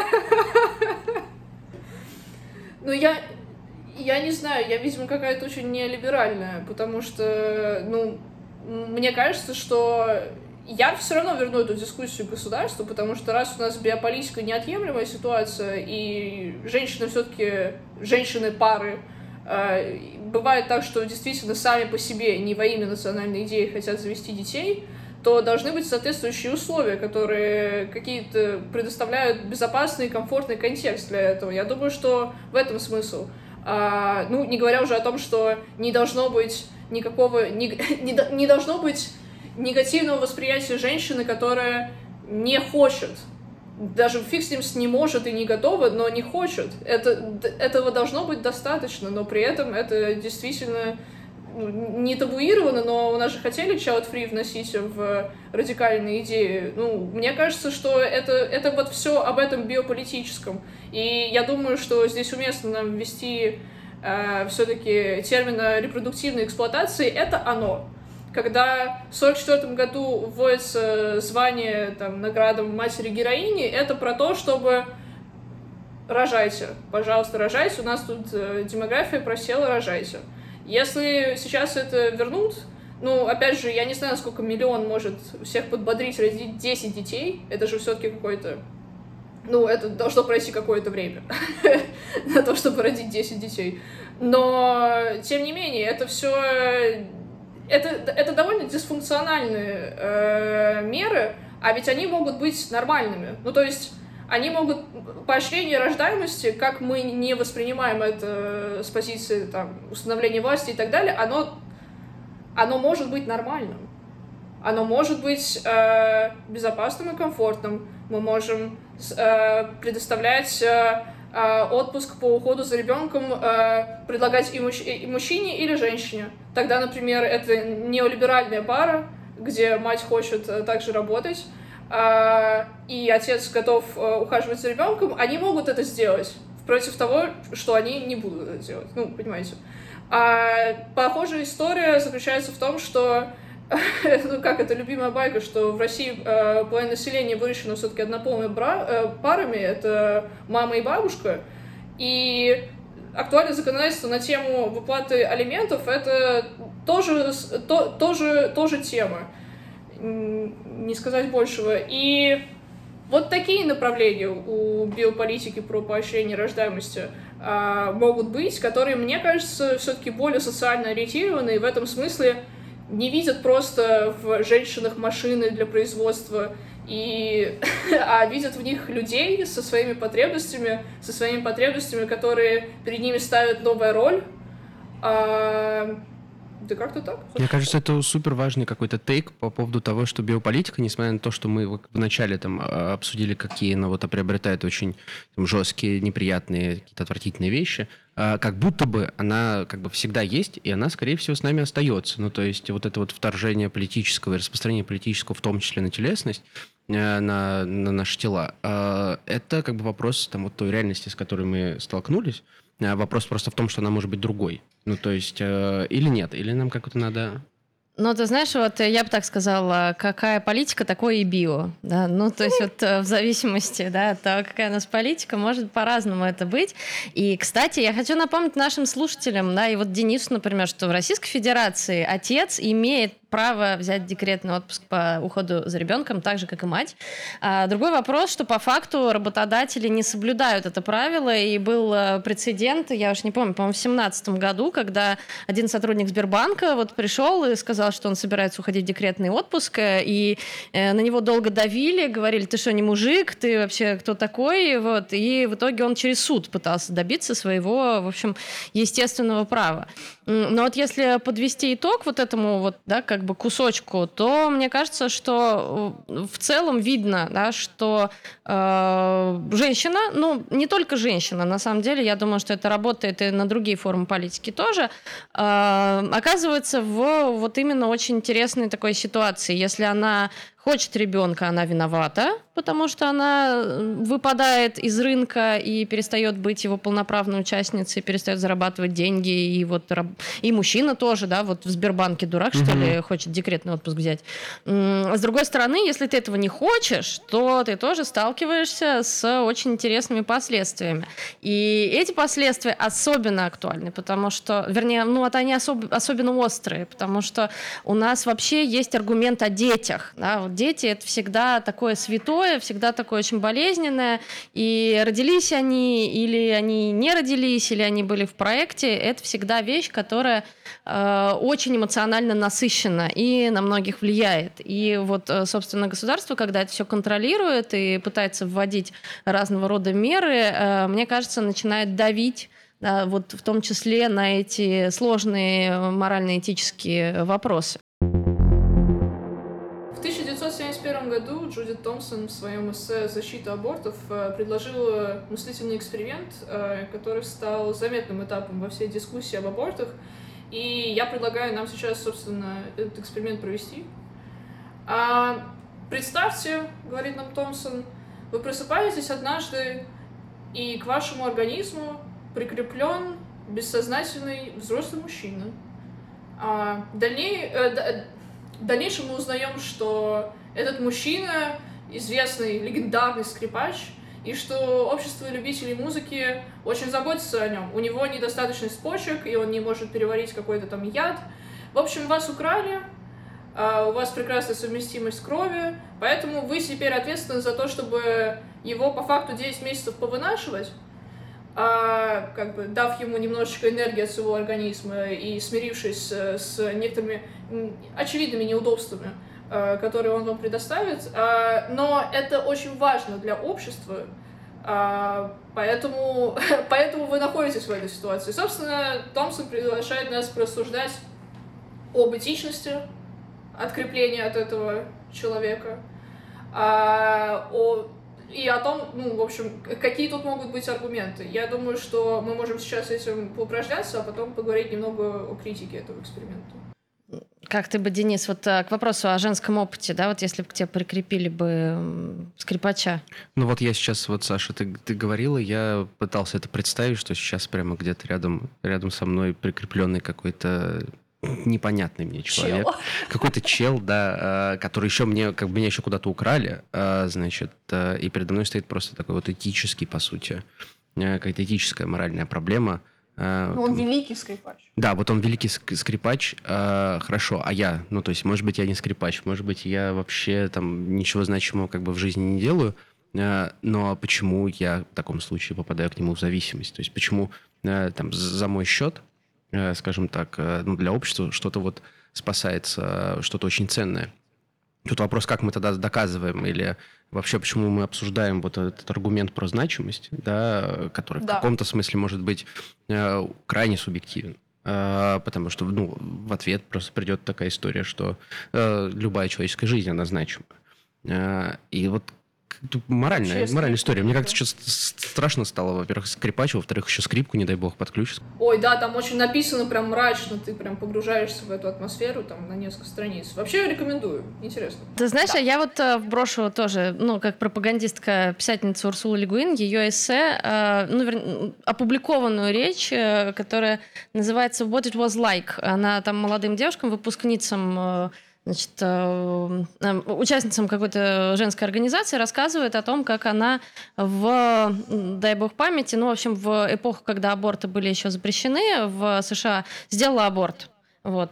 Ну, я не знаю, я, видимо, какая-то очень неолиберальная, потому что, ну, мне кажется, что я все равно верну эту дискуссию к государству, потому что раз у нас биополитика неотъемлемая ситуация, и женщины все-таки, женщины-пары, бывает так, что действительно сами по себе, не во имя национальной идеи хотят завести детей, то должны быть соответствующие условия, которые какие-то предоставляют безопасный и комфортный контекст для этого. Я думаю, что в этом смысл. Ну, не говоря уже о том, что не должно быть никакого... Не должно быть негативного восприятия женщины, которая не хочет. Даже фиг с ним не может и не готова, но не хочет. Этого должно быть достаточно, но при этом это действительно не табуировано, но у нас же хотели child-free вносить в радикальные идеи. Ну, мне кажется, что это вот все об этом биополитическом. И я думаю, что здесь уместно нам ввести все-таки термин репродуктивной эксплуатации. Это оно. Когда в 1944 году вводится звание там, наградам матери-героини, это про то, чтобы рожайте, пожалуйста, рожайте, у нас тут демография просела, рожайте. Если сейчас это вернут, ну, опять же, я не знаю, сколько миллион может всех подбодрить родить 10 детей, это же все-таки какой-то... Ну, это должно пройти какое-то время на то, чтобы родить 10 детей. Но, тем не менее, это все... Это довольно дисфункциональные меры, а ведь они могут быть нормальными. Ну, то есть они могут... Поощрение рождаемости, как мы не воспринимаем это с позиции там, установления власти и так далее, оно может быть нормальным. Оно может быть безопасным и комфортным. Мы можем предоставлять... отпуск по уходу за ребенком предлагать и мужчине, или женщине. Тогда, например, это неолиберальная пара, где мать хочет также работать, и отец готов ухаживать за ребенком, они могут это сделать против того, что они не будут это делать. Ну, понимаете. Похожая история заключается в том, что ну, как это любимая байка, что в России половина населения выращена все-таки однополыми парами, это мама и бабушка, и актуальное законодательство на тему выплаты алиментов — это тоже тема, не сказать большего. И вот такие направления у биополитики про поощрение рождаемости могут быть, которые, мне кажется, все-таки более социально ориентированы, и в этом смысле не видят просто в женщинах машины для производства, а видят в них людей со своими потребностями, которые перед ними ставят новая роль. Да как-то так. Мне кажется, это супер важный какой-то тейк по поводу того, что биополитика, несмотря на то, что мы вначале там обсудили, какие она вот приобретает очень там, жесткие, неприятные, какие-то отвратительные вещи, как будто бы она как бы всегда есть, и она, скорее всего, с нами остается. Ну, то есть вот это вот вторжение политического и распространение политического, в том числе на телесность, на наши тела, это как бы вопрос там, вот той реальности, с которой мы столкнулись. Вопрос просто в том, что она может быть другой. Ну, то есть, или нет, или нам как-то надо... Ну, ты знаешь, вот я бы так сказала, какая политика, такое и био. Да? Ну, то есть вот в зависимости да, от того, какая у нас политика, может по-разному это быть. И, кстати, я хочу напомнить нашим слушателям, да, и вот Денису, например, что в Российской Федерации отец имеет право взять декретный отпуск по уходу за ребенком, так же, как и мать. Другой вопрос, что по факту работодатели не соблюдают это правило, и был прецедент, я уж не помню, по-моему, в 2017 году, когда один сотрудник Сбербанка вот пришел и сказал, что он собирается уходить в декретный отпуск, и на него долго давили, говорили, ты что, не мужик, ты вообще кто такой? Вот. И в итоге он через суд пытался добиться своего, в общем, естественного права. Но вот если подвести итог вот этому вот, да, как бы кусочку, то мне кажется, что в целом видно, да, что женщина, ну, не только женщина, на самом деле, я думаю, что это работает и на другие формы политики тоже, оказывается в вот именно очень интересной такой ситуации. Если она хочет ребенка, она виновата, потому что она выпадает из рынка и перестает быть его полноправной участницей, перестает зарабатывать деньги, и вот и мужчина тоже, да, вот в Сбербанке дурак, что ли, хочет декретный отпуск взять. С другой стороны, если ты этого не хочешь, то ты тоже сталкиваешься с очень интересными последствиями. И эти последствия особенно актуальны, потому что, вернее, ну, вот они особенно острые, потому что у нас вообще есть аргумент о детях, да, вот дети — это всегда такое святое, всегда такое очень болезненное, и родились они, или они не родились, или они были в проекте, это всегда вещь, которая очень эмоционально насыщена и на многих влияет. И вот, собственно, государство, когда это все контролирует и пытается вводить разного рода меры, мне кажется, начинает давить, вот в том числе на эти сложные морально-этические вопросы. В 1971 году Джудит Томпсон в своем эссе «Защита абортов» предложила мыслительный эксперимент, который стал заметным этапом во всей дискуссии об абортах. И я предлагаю нам сейчас, собственно, этот эксперимент провести. Представьте, говорит нам Томпсон, вы просыпаетесь однажды, и к вашему организму прикреплен бессознательный взрослый мужчина. В дальнейшем мы узнаем, что этот мужчина известный, легендарный скрипач, и что общество любителей музыки очень заботится о нем. У него недостаточность почек, и он не может переварить какой-то там яд. В общем, вас украли, у вас прекрасная совместимость крови, поэтому вы теперь ответственны за то, чтобы его по факту 9 месяцев повынашивать, как бы дав ему немножечко энергии от своего организма и смирившись с некоторыми очевидными неудобствами, которые он вам предоставит. Но это очень важно для общества, поэтому вы находитесь в этой ситуации. Собственно, Томпсон приглашает нас порассуждать об этичности открепления от этого человека, и о том, ну, в общем, какие тут могут быть аргументы. Я думаю, что мы можем сейчас этим поупражняться, а потом поговорить немного о критике этого эксперимента. Как ты бы, Денис, вот к вопросу о женском опыте, да, вот если бы к тебе прикрепили бы скрипача? Ну вот я сейчас, вот, Саша, ты говорила, я пытался это представить, что сейчас прямо где-то рядом со мной прикрепленный какой-то непонятный мне человек. Какой-то чел, да, который еще меня еще куда-то украли, значит, и передо мной стоит просто такой вот этический, по сути, какая-то этическая, моральная проблема. Он великий скрипач. Да, вот он великий скрипач, хорошо, а я, ну, то есть, может быть, я не скрипач, может быть, я вообще там ничего значимого как бы в жизни не делаю, но почему я в таком случае попадаю к нему в зависимость? То есть, почему там за мой счет, скажем так, ну, для общества что-то вот спасается, что-то очень ценное. Тут вопрос, как мы тогда доказываем, или вообще почему мы обсуждаем вот этот аргумент про значимость, да, который в каком-то смысле может быть крайне субъективен. Потому что, ну, в ответ просто придет такая история, что любая человеческая жизнь, она значима. И вот моральная история. Мне как-то сейчас страшно стало. Во-первых, скрипач, во-вторых, еще скрипку, не дай бог, подключится. Ой, да, там очень написано прям мрачно, ты прям погружаешься в эту атмосферу там на несколько страниц. Вообще рекомендую, интересно. Ты знаешь, я вот вброшу тоже, ну, как пропагандистка, писательница Урсула Ле Гуин, ее эссе, опубликованную речь, которая называется «What it was like». Она там молодым девушкам, выпускницам, значит, участницам какой-то женской организации рассказывает о том, как она дай бог памяти, ну, в общем, в эпоху, когда аборты были еще запрещены в США, сделала аборт. Вот,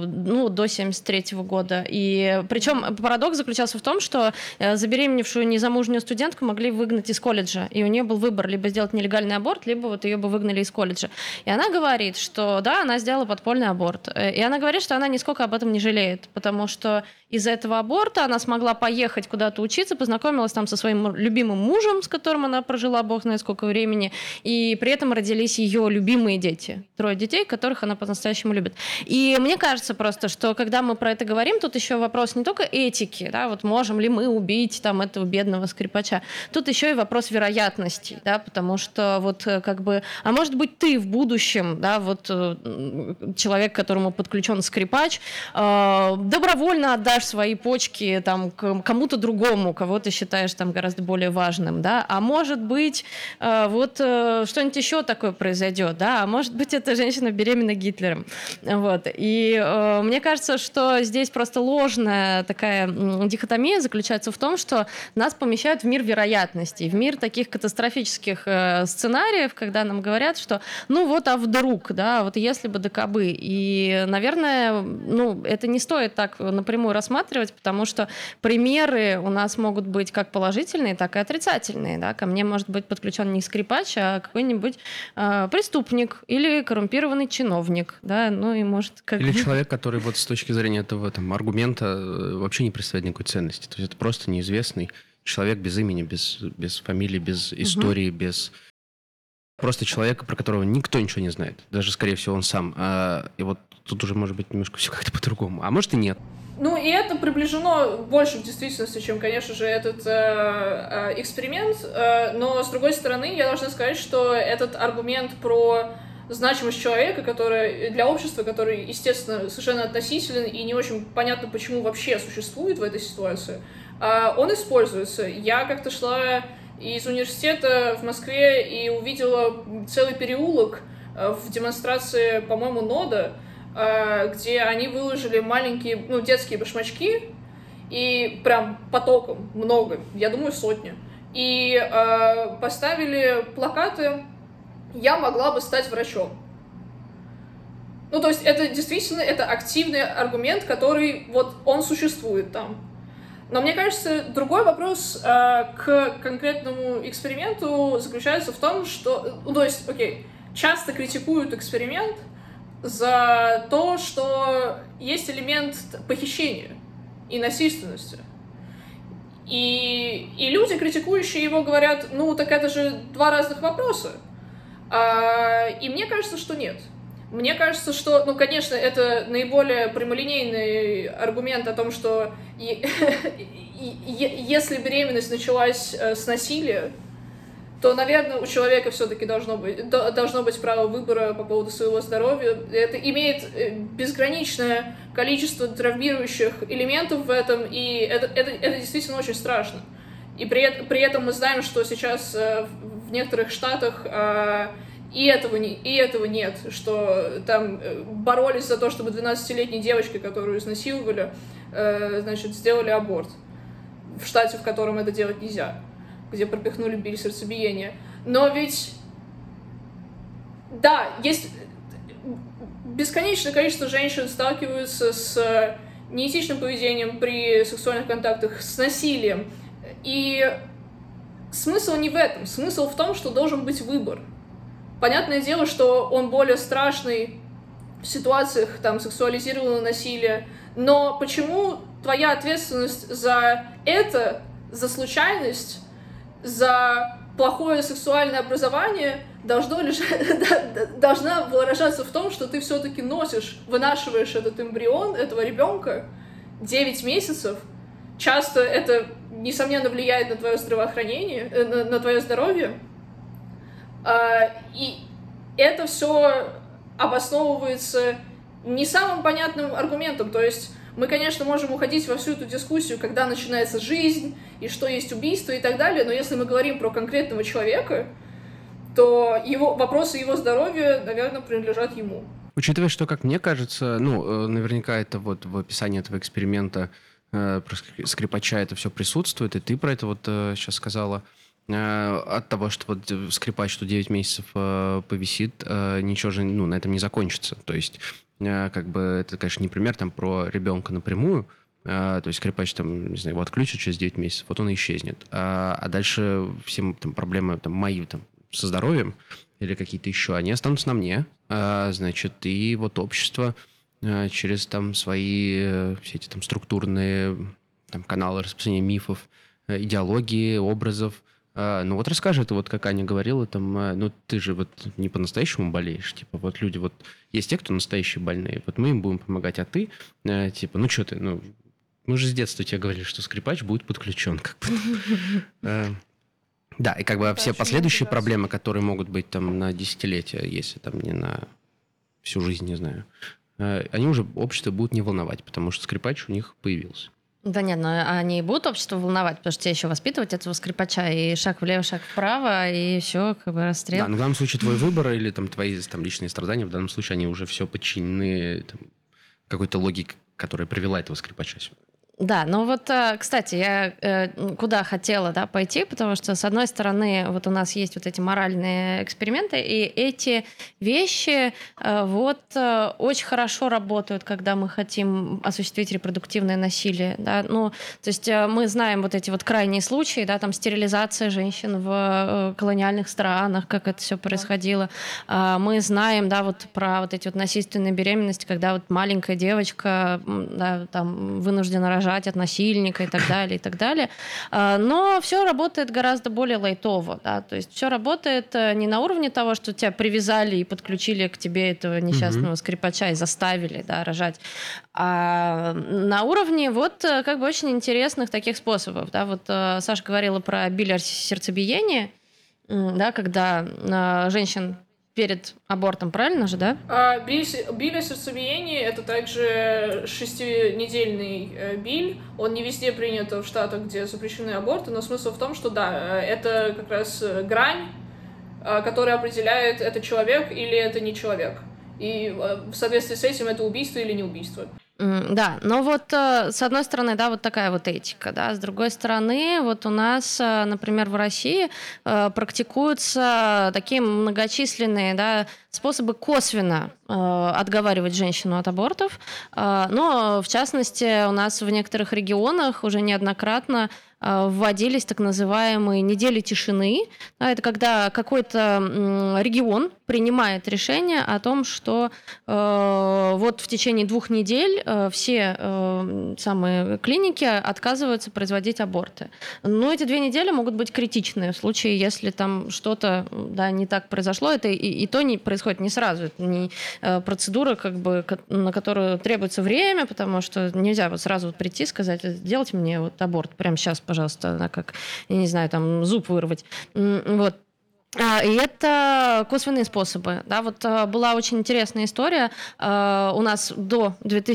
до 73 года. И причем парадокс заключался в том, что забеременевшую незамужнюю студентку могли выгнать из колледжа, и у нее был выбор либо сделать нелегальный аборт, либо вот ее бы выгнали из колледжа. И она говорит, что да, она сделала подпольный аборт. И она говорит, что она нисколько об этом не жалеет, потому что из-за этого аборта она смогла поехать куда-то учиться, познакомилась там со своим любимым мужем, с которым она прожила бог знает сколько времени, и при этом родились ее любимые дети. 3 детей, которых она по-настоящему любит. И мне кажется просто, что когда мы про это говорим, тут еще вопрос не только этики, да, вот можем ли мы убить там этого бедного скрипача, тут еще и вопрос вероятностей, да, потому что вот как бы, а может быть ты в будущем, да, вот человек, к которому подключен скрипач, добровольно отдашь свои почки там кому-то другому, кого ты считаешь там гораздо более важным, да, а может быть вот что-нибудь еще такое произойдет, да, а может быть эта женщина беременна Гитлером, вот, и мне кажется, что здесь просто ложная такая дихотомия заключается в том, что нас помещают в мир вероятностей, в мир таких катастрофических сценариев, когда нам говорят, что ну вот, а вдруг, да, вот если бы да кабы, и, наверное, ну, это не стоит так напрямую рассматривать, потому что примеры у нас могут быть как положительные, так и отрицательные, да, ко мне может быть подключен не скрипач, а какой-нибудь преступник или коррумпированный чиновник, да, ну и может как Или человек, который вот с точки зрения этого там, аргумента вообще не представляет никакой ценности. То есть это просто неизвестный человек без имени, без фамилии, без истории, без... Просто человека, про которого никто ничего не знает. Даже, скорее всего, он сам. И вот тут уже может быть немножко все как-то по-другому. А может и нет. Ну, и это приближено больше к действительности, чем, конечно же, этот эксперимент. Но, с другой стороны, я должна сказать, что этот аргумент про значимость человека, который для общества, который, естественно, совершенно относителен и не очень понятно, почему вообще существует в этой ситуации, он используется. Я как-то шла из университета в Москве и увидела целый переулок в демонстрации, по-моему, нода, где они выложили маленькие, детские башмачки, и прям потоком, много, я думаю, 100. И поставили плакаты «Я могла бы стать врачом». Ну, то есть это действительно, это активный аргумент, который вот он существует там. Но мне кажется, другой вопрос к конкретному эксперименту заключается в том, что, то есть, часто критикуют эксперимент за то, что есть элемент похищения и насильственности. И люди, критикующие его, говорят, так это же 2 разных вопроса. И мне кажется, что нет. Мне кажется, что, конечно, это наиболее прямолинейный аргумент о том, что если беременность началась с насилия, то, наверное, у человека все-таки должно быть право выбора по поводу своего здоровья. Это имеет безграничное количество травмирующих элементов в этом, и это действительно очень страшно. И при этом мы знаем, что сейчас в некоторых штатах и этого нет, что там боролись за то, чтобы 12-летней девочке, которую изнасиловали, сделали аборт. В штате, в котором это делать нельзя, где пропихнули биль сердцебиения. Но ведь, да, есть бесконечное количество женщин сталкиваются с неэтичным поведением при сексуальных контактах, с насилием. И смысл не в этом. Смысл в том, что должен быть выбор. Понятное дело, что он более страшный в ситуациях там, сексуализированного насилия, но почему твоя ответственность за это, за случайность, за плохое сексуальное образование должна выражаться в том, что ты все-таки вынашиваешь этот эмбрион, этого ребенка 9 месяцев. Часто это, несомненно, влияет на твое здравоохранение, на твое здоровье. И это все обосновывается не самым понятным аргументом. То есть мы, конечно, можем уходить во всю эту дискуссию, когда начинается жизнь, и что есть убийство и так далее, но если мы говорим про конкретного человека, то вопросы его здоровья, наверное, принадлежат ему. Учитывая, что, как мне кажется, наверняка это вот в описании этого эксперимента про скрипача это все присутствует, и ты про это вот сейчас сказала. от того, что вот скрипач, что 9 месяцев повисит, ничего же на этом не закончится. То есть, как бы, это, конечно, не пример там про ребенка напрямую. То есть скрипач, там, не знаю, его отключат через 9 месяцев, вот он и исчезнет. А дальше все там, проблемы там, мои там, со здоровьем или какие-то еще, они останутся на мне. Значит, и вот общество через там свои все эти там структурные там, каналы распространения мифов, идеологии, образов. Ну вот расскажи, ты вот как Аня говорила, там, ну ты же вот не по-настоящему болеешь, типа вот люди вот, есть те, кто настоящие больные, вот мы им будем помогать, а ты, типа, ну что ты, ну мы же с детства тебе говорили, что скрипач будет подключен, как бы. Да, и как бы все последующие проблемы, которые могут быть там на десятилетия, если там не на всю жизнь, не знаю, они уже общество будут не волновать, потому что скрипач у них появился. Да нет, но они будут общество волновать, потому что тебе еще воспитывать этого скрипача, и шаг влево, шаг вправо, и все, как бы расстрел. Да, но в данном случае твой выбор или там твои там, личные страдания, в данном случае они уже все подчинены там, какой-то логике, которая привела этого скрипача сюда. Да, ну вот, кстати, я куда хотела пойти, потому что, с одной стороны, вот у нас есть вот эти моральные эксперименты, и эти вещи очень хорошо работают, когда мы хотим осуществить репродуктивное насилие, да, ну, то есть мы знаем вот эти вот крайние случаи, да, там стерилизация женщин в колониальных странах, как это все происходило, мы знаем, да, вот про вот эти вот насильственные беременности, когда вот маленькая девочка, да, там вынуждена рожать от насильника и так далее, и так далее. Но все работает гораздо более лайтово. Да? То есть все работает не на уровне того, что тебя привязали и подключили к тебе этого несчастного скрипача и заставили, да, рожать, а на уровне вот как бы очень интересных таких способов. Да? Вот Саша говорила про сердцебиение, да, когда женщин перед абортом, правильно же, да? Биль сердцебиения — это также 6-недельный биль. Он не везде принят в штатах, где запрещены аборты, но смысл в том, что да, это как раз грань, которая определяет, это человек или это не человек. И в соответствии с этим это убийство или не убийство. Да, но вот с одной стороны, да, вот такая вот этика, да, с другой стороны, вот у нас, например, в России практикуются такие многочисленные, да, способы косвенно отговаривать женщину от абортов, но, в частности, у нас в некоторых регионах уже неоднократно вводились так называемые недели тишины. Это когда какой-то регион принимает решение о том, что вот в течение 2 недель все самые клиники отказываются производить аборты. Но эти 2 недели могут быть критичны в случае, если там что-то, да, не так произошло. Это и то не происходит не сразу. Это не процедура, как бы, на которую требуется время, потому что нельзя вот сразу прийти и сказать: сделайте мне вот аборт прямо сейчас, пожалуйста, да, как, я не знаю, там зуб вырвать. Вот. И это косвенные способы. Да, вот была очень интересная история. У нас до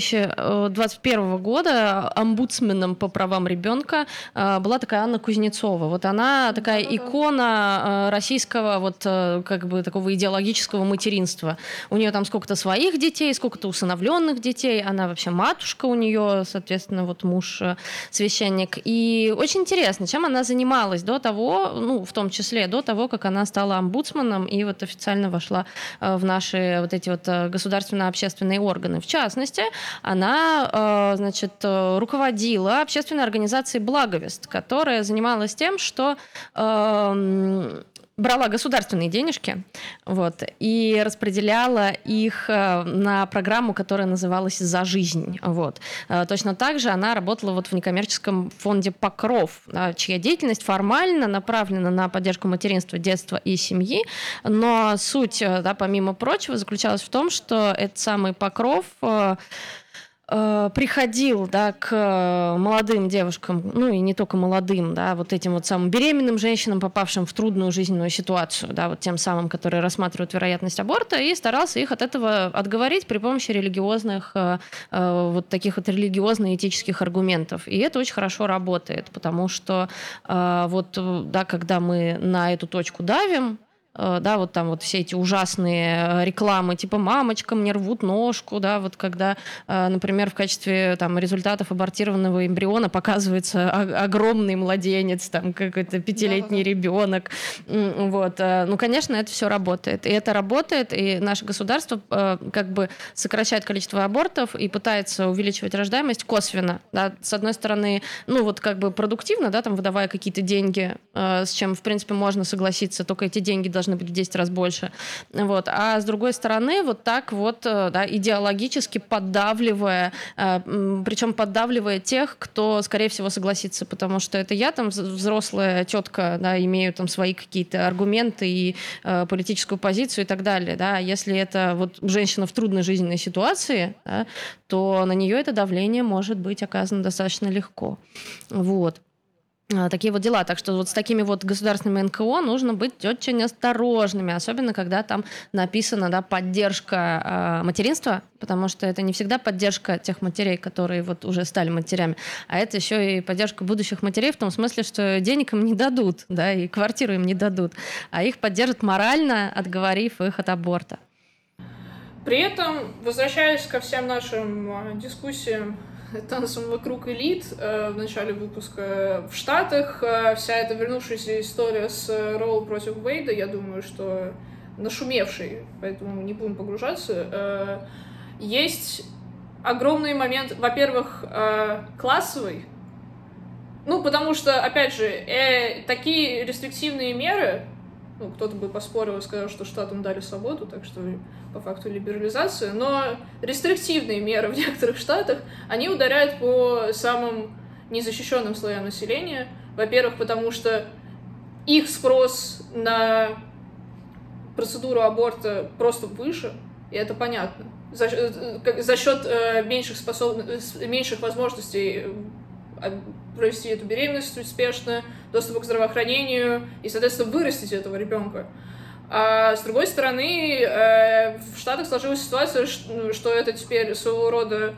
2021 года омбудсменом по правам ребенка была такая Анна Кузнецова. Вот она такая икона российского вот как бы такого идеологического материнства. У нее там сколько-то своих детей, сколько-то усыновленных детей. Она вообще матушка у нее, соответственно, вот муж священник. И очень интересно, чем она занималась до того, ну, в том числе до того, как она стала омбудсменом и вот официально вошла в наши вот эти вот государственно-общественные органы. В частности, она, значит, руководила общественной организацией «Благовест», которая занималась тем, что брала государственные денежки вот, и распределяла их на программу, которая называлась «За жизнь». Вот. Точно так же она работала вот в некоммерческом фонде «Покров», чья деятельность формально направлена на поддержку материнства, детства и семьи, но суть, да, помимо прочего, заключалась в том, что этот самый «Покров» приходил, да, к молодым девушкам, ну и не только молодым, да, вот этим вот самым беременным женщинам, попавшим в трудную жизненную ситуацию, да, вот тем самым, которые рассматривают вероятность аборта, и старался их от этого отговорить при помощи религиозных, вот таких вот религиозно-этических аргументов. И это очень хорошо работает, потому что вот, да, когда мы на эту точку давим, да, вот там вот все эти ужасные рекламы, типа «мамочка, мне рвут ножку», да, вот когда, например, в качестве там результатов абортированного эмбриона показывается огромный младенец, там какой-то 5-летний ребенок, вот, ну, конечно, это все работает, и это работает, и наше государство как бы сокращает количество абортов и пытается увеличивать рождаемость косвенно, да, с одной стороны, ну, вот как бы продуктивно, да, там, выдавая какие-то деньги, с чем, в принципе, можно согласиться, только эти деньги должны быть в 10 раз больше, вот, а с другой стороны, вот так вот, да, идеологически поддавливая, причем поддавливая тех, кто, скорее всего, согласится, потому что это я, там, взрослая тетка, да, имею там свои какие-то аргументы и политическую позицию и так далее, да, если это вот женщина в трудной жизненной ситуации, да, то на нее это давление может быть оказано достаточно легко. Вот. Такие вот дела. Так что вот с такими вот государственными НКО нужно быть очень осторожными, особенно когда там написано, да, поддержка материнства, потому что это не всегда поддержка тех матерей, которые вот уже стали матерями, а это еще и поддержка будущих матерей в том смысле, что денег им не дадут, да, и квартиру им не дадут, а их поддержат морально, отговорив их от аборта. При этом, возвращаясь ко всем нашим дискуссиям танцем вокруг элит в начале выпуска, в Штатах вся эта вернувшаяся история с Роу против Уэйда, я думаю, что нашумевший, поэтому не будем погружаться, есть огромный момент, во-первых, классовый, ну, потому что, опять же, такие рестриктивные меры, ну, кто-то бы поспорил и сказал, что штатам дали свободу, так что по факту либерализация, но рестриктивные меры в некоторых штатах, они ударяют по самым незащищенным слоям населения. Во-первых, потому что их спрос на процедуру аборта просто выше, и это понятно. За счет меньших возможностей провести эту беременность успешно, доступа к здравоохранению и, соответственно, вырастить этого ребенка. А с другой стороны, в Штатах сложилась ситуация, что это теперь своего рода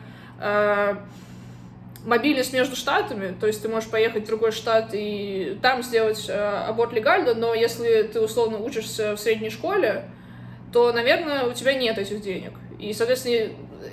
мобильность между штатами, то есть ты можешь поехать в другой штат и там сделать аборт легально, но если ты условно учишься в средней школе, то, наверное, у тебя нет этих денег. И, соответственно,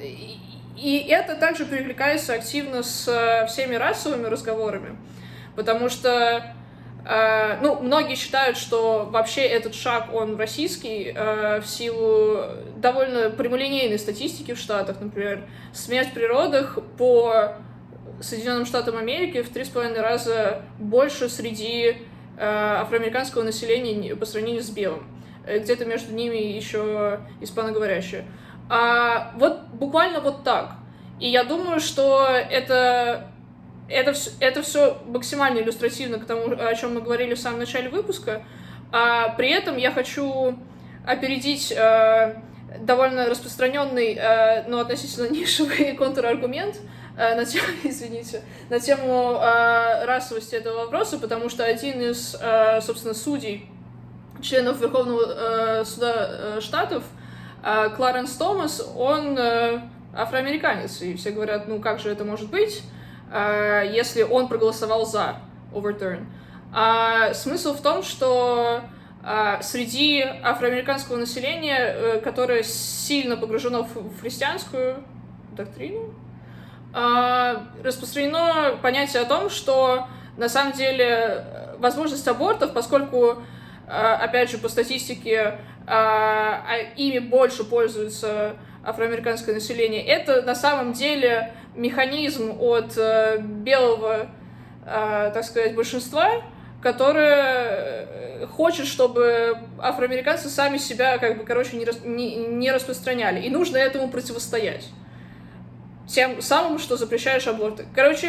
и это также перекликается активно с всеми расовыми разговорами, потому что, ну, многие считают, что вообще этот шаг, он российский, в силу довольно прямолинейной статистики в Штатах, например, смерть при родах по Соединенным Штатам Америки в 3,5 раза больше среди афроамериканского населения по сравнению с белым. Где-то между ними еще испаноговорящие. Вот буквально вот так. И я думаю, что это все максимально иллюстративно к тому, о чем мы говорили в самом начале выпуска. При этом я хочу опередить довольно распространенный, но относительно нишевый контраргумент на тему расовости этого вопроса, потому что один из, собственно, судей, членов Верховного суда Штатов, Кларенс Томас, он афроамериканец, и все говорят, ну как же это может быть, если он проголосовал за overturn. Смысл в том, что среди афроамериканского населения, которое сильно погружено в христианскую доктрину, распространено понятие о том, что на самом деле возможность абортов, поскольку, опять же, по статистике, ими больше пользуется афроамериканское население, это на самом деле механизм от белого, так сказать, большинства, которое хочет, чтобы афроамериканцы сами себя, не распространяли. И нужно этому противостоять. Тем самым, что запрещаешь аборты.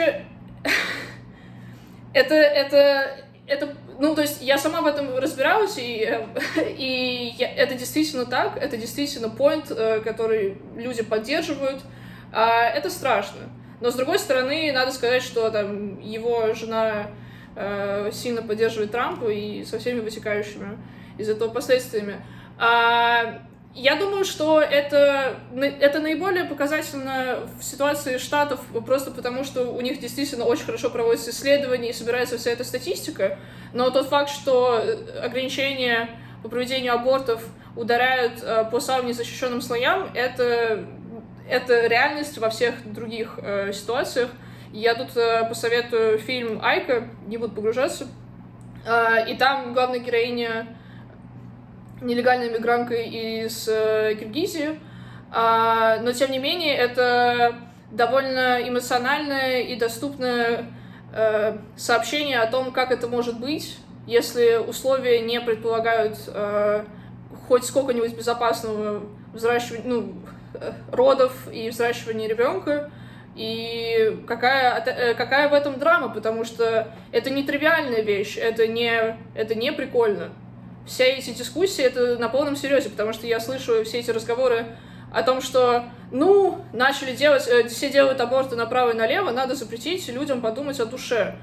Ну, то есть я сама в этом разбиралась, это действительно так, это действительно point, который люди поддерживают. Это страшно. Но, с другой стороны, надо сказать, что там его жена сильно поддерживает Трампа и со всеми вытекающими из этого последствиями. Я думаю, что это наиболее показательно в ситуации Штатов, просто потому, что у них действительно очень хорошо проводятся исследования и собирается вся эта статистика, но тот факт, что ограничение по проведению абортов ударяют по самым незащищенным слоям, это реальность во всех других ситуациях. Я тут посоветую фильм «Айка», не буду погружаться. И там главная героиня нелегальная мигрантка из Киргизии. Но, тем не менее, это довольно эмоциональное и доступное сообщение о том, как это может быть, если условия не предполагают хоть сколько-нибудь безопасного взращивания, родов и взращивания ребенка. И какая в этом драма, потому что это не тривиальная вещь, это не прикольно. Все эти дискуссии — это на полном серьезе, потому что я слышу все эти разговоры о том, что, начали делать, все делают аборты направо и налево, надо запретить людям подумать о душе.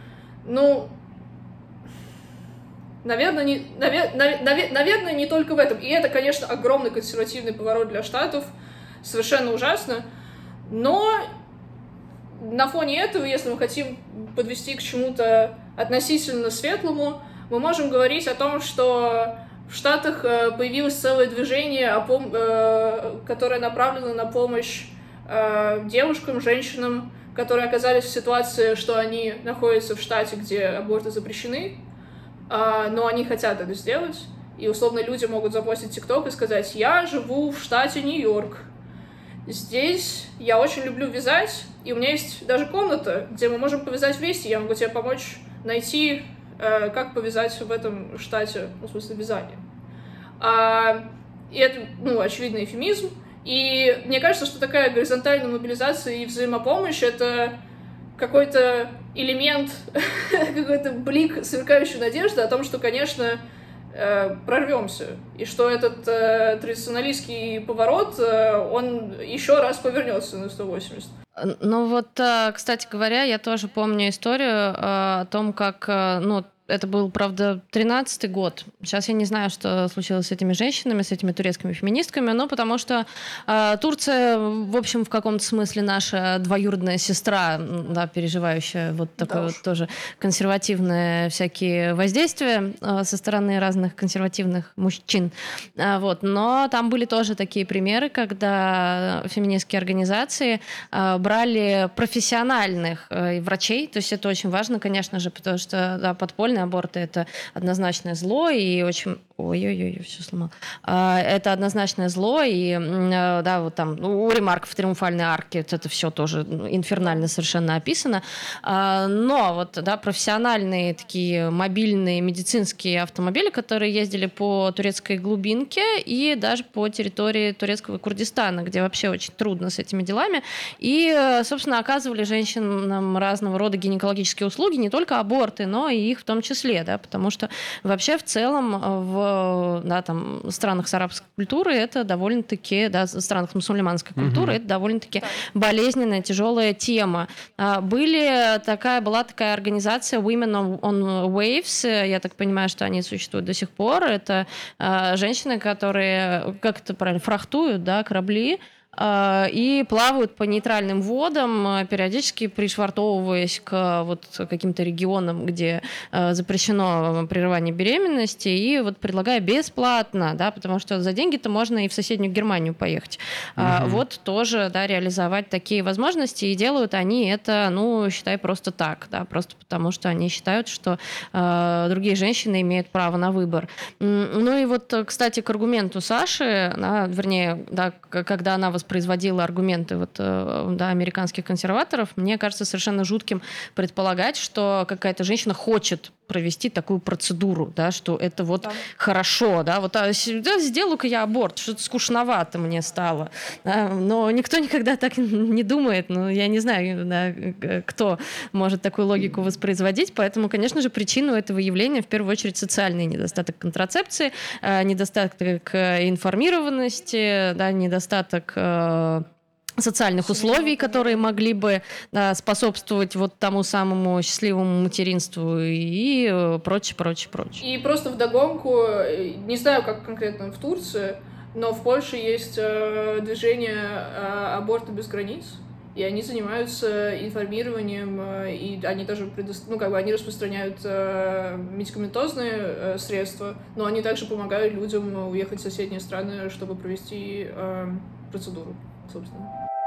Наверное, не только в этом. И это, конечно, огромный консервативный поворот для Штатов, совершенно ужасно. Но на фоне этого, если мы хотим подвести к чему-то относительно светлому, мы можем говорить о том, что в Штатах появилось целое движение, которое направлено на помощь девушкам, женщинам, которые оказались в ситуации, что они находятся в штате, где аборты запрещены, но они хотят это сделать. И условно люди могут запостить ТикТок и сказать: «Я живу в штате Нью-Йорк. Здесь я очень люблю вязать, и у меня есть даже комната, где мы можем повязать вместе. Я могу тебе помочь найти, как повязать в этом штате, в смысле вязания». И это, очевидный эвфемизм. И мне кажется, что такая горизонтальная мобилизация и взаимопомощь — это какой-то элемент, какой-то блик сверкающей надежды о том, что, конечно, прорвемся, и что этот традиционалистский поворот, он еще раз повернется на 180. Кстати говоря, я тоже помню историю о том, как, это был, правда, 13-й год. Сейчас я не знаю, что случилось с этими женщинами, с этими турецкими феминистками, потому что Турция, в общем, в каком-то смысле наша двоюродная сестра, да, переживающая вот такое вот тоже консервативные всякие воздействия со стороны разных консервативных мужчин. Но там были тоже такие примеры, когда феминистские организации брали профессиональных врачей, то есть это очень важно, конечно же, потому что подпольные аборты — это однозначное зло, и очень... Ой-ой-ой, все сломал. Это однозначное зло, и у ремарков в «Триумфальной арке» это все тоже инфернально совершенно описано. Но профессиональные такие мобильные медицинские автомобили, которые ездили по турецкой глубинке и даже по территории турецкого Курдистана, где вообще очень трудно с этими делами, и, собственно, оказывали женщинам разного рода гинекологические услуги, не только аборты, но и их в том числе, потому что вообще в целом в странах с арабской культуры это довольно-таки, странах мусульманской культуры это довольно-таки болезненная, тяжелая тема. Была такая организация Women on Waves, я так понимаю, что они существуют до сих пор. Это женщины, которые, как это правильно, фрахтуют, корабли, и плавают по нейтральным водам, периодически пришвартовываясь к каким-то регионам, где запрещено прерывание беременности, и предлагая бесплатно, потому что за деньги-то можно и в соседнюю Германию поехать. Тоже, реализовать такие возможности, и делают они это, считай, просто так, просто потому что они считают, что другие женщины имеют право на выбор. Кстати, к аргументу Саши, вернее, когда она воспроизводила аргументы американских консерваторов, мне кажется совершенно жутким предполагать, что какая-то женщина хочет провести такую процедуру, что это хорошо, сделаю-ка я аборт, что-то скучновато мне стало. Но никто никогда так не думает, я не знаю, кто может такую логику воспроизводить, поэтому, конечно же, причину этого явления в первую очередь социальный недостаток контрацепции, недостаток информированности, недостаток социальных условий, которые могли бы способствовать тому самому счастливому материнству и прочее. И просто вдогонку, не знаю, как конкретно в Турции, но в Польше есть движение «Аборты без границ». и они занимаются информированием, и они даже они распространяют медикаментозные средства, но они также помогают людям уехать в соседние страны, чтобы провести процедуру, собственно.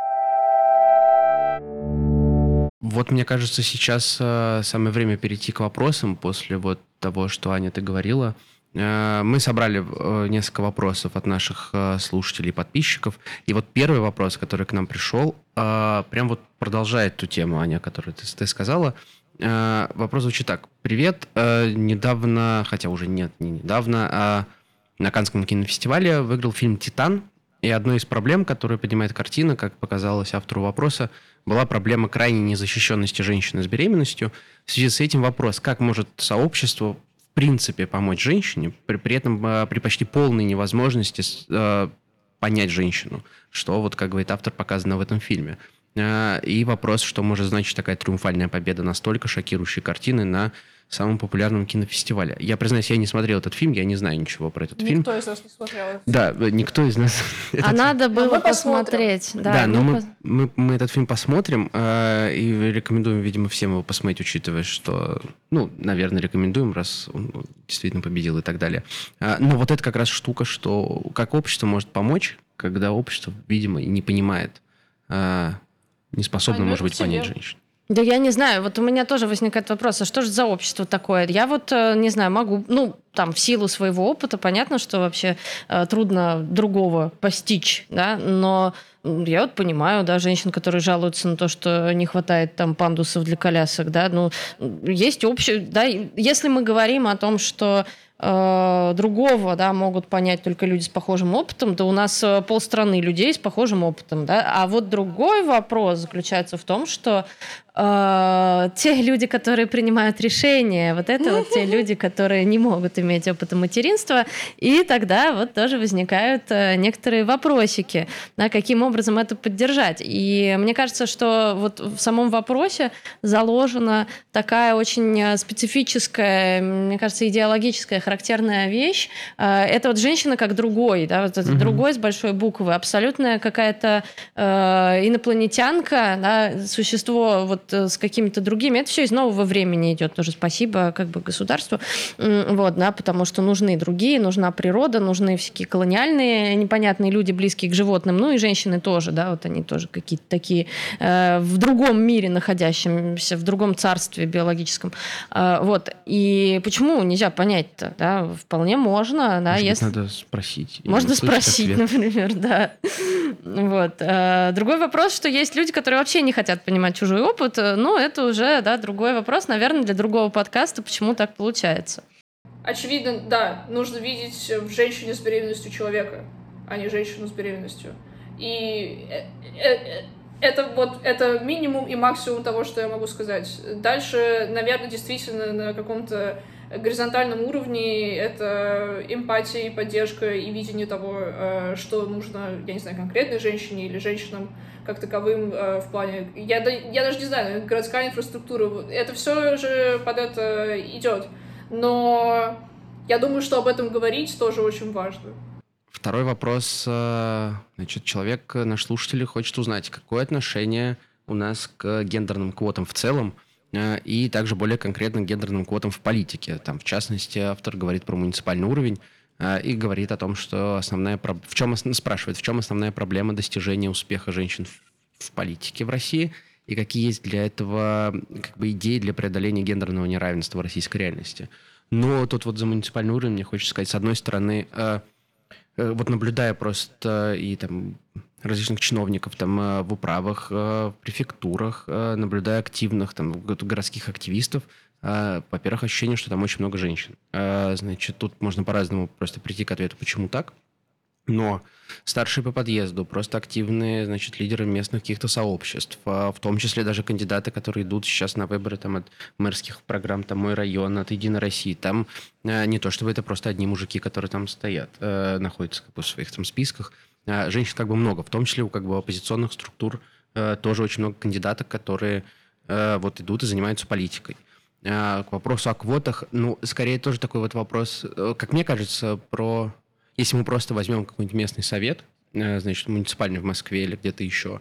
Вот, мне кажется, сейчас самое время перейти к вопросам после вот того, что, Аня, ты говорила. Мы собрали несколько вопросов от наших слушателей и подписчиков. И вот первый вопрос, который к нам пришел, прям вот продолжает ту тему, Аня, которую ты сказала. Вопрос звучит так. Привет. Недавно, хотя уже нет, не недавно, а на Каннском кинофестивале выиграл фильм «Титан». И одной из проблем, которую поднимает картина, как показалось автору вопроса, была проблема крайней незащищенности женщины с беременностью. В связи с этим вопрос, как может сообщество в принципе помочь женщине, при этом при почти полной невозможности понять женщину, что, вот как говорит автор, показано в этом фильме. И вопрос, что может значить такая триумфальная победа настолько шокирующей картины на самом популярном кинофестивале. Я, признаюсь, я не смотрел этот фильм, я не знаю ничего про этот фильм. Никто из нас не смотрел. Да, никто из нас... А надо было посмотреть. Да, но мы этот фильм посмотрим и рекомендуем, видимо, всем его посмотреть, учитывая, что, наверное, рекомендуем, раз он действительно победил и так далее. Но вот это как раз штука, что как общество может помочь, когда общество, видимо, не понимает, не способно, может быть, понять женщин. Да я не знаю, вот у меня тоже возникает вопрос, а что же за общество такое? Я вот, не знаю, могу, в силу своего опыта, понятно, что вообще трудно другого постичь, да, но я вот понимаю, да, женщин, которые жалуются на то, что не хватает там пандусов для колясок, да, есть общее, да, если мы говорим о том, что другого, да, могут понять только люди с похожим опытом, да у нас полстраны людей с похожим опытом, да, а вот другой вопрос заключается в том, что те люди, которые принимают решения, вот это вот те люди, которые не могут иметь опыта материнства, и тогда вот тоже возникают некоторые вопросики, да, каким образом это поддержать. И мне кажется, что вот в самом вопросе заложена такая очень специфическая, мне кажется, идеологическая характерная вещь. Это вот женщина как другой, да, вот это другой с большой буквы, абсолютная какая-то инопланетянка, да, существо вот с какими-то другими. Это все из нового времени идет тоже. Спасибо государству. Вот, да, потому что нужны другие, нужна природа, нужны всякие колониальные непонятные люди, близкие к животным, и женщины тоже, да, вот они тоже какие-то такие в другом мире находящемся, в другом царстве биологическом. Вот. И почему нельзя понять-то? Да? Вполне можно. Да, если... надо спросить. Можно спросить, например, да. Вот. Другой вопрос, что есть люди, которые вообще не хотят понимать чужой опыт, но это уже, да, другой вопрос, наверное, для другого подкаста, почему так получается. Очевидно, да, нужно видеть в женщине с беременностью человека, а не женщину с беременностью. И это минимум и максимум того, что я могу сказать. Дальше, наверное, действительно на каком-то горизонтальном уровне это эмпатия и поддержка и видение того, что нужно, я не знаю, конкретной женщине или женщинам как таковым в плане... Я даже не знаю, городская инфраструктура, это все же под это идет. Но я думаю, что об этом говорить тоже очень важно. Второй вопрос. Значит, человек, наш слушатель, хочет узнать, какое отношение у нас к гендерным квотам в целом и также более конкретно к гендерным квотам в политике. Там, в частности, автор говорит про муниципальный уровень и говорит о том, что спрашивает, в чем основная проблема достижения успеха женщин в политике в России и какие есть для этого идеи для преодоления гендерного неравенства в российской реальности. Но тут вот за муниципальный уровень мне хочется сказать, с одной стороны, вот наблюдая просто и там различных чиновников там в управах, в префектурах, наблюдая активных там городских активистов, во-первых, ощущение, что там очень много женщин. Значит, тут можно по-разному просто прийти к ответу, почему так. Но старшие по подъезду, просто активные, значит, лидеры местных каких-то сообществ, в том числе даже кандидаты, которые идут сейчас на выборы там, от мэрских программ, там «Мой район», от «Единой России», там не то чтобы это просто одни мужики, которые там стоят, находятся в своих там списках. Женщин много, в том числе у оппозиционных структур тоже очень много кандидаток, которые вот идут и занимаются политикой. К вопросу о квотах, скорее тоже такой вот вопрос, как мне кажется, если мы просто возьмем какой-нибудь местный совет, значит, муниципальный в Москве или где-то еще,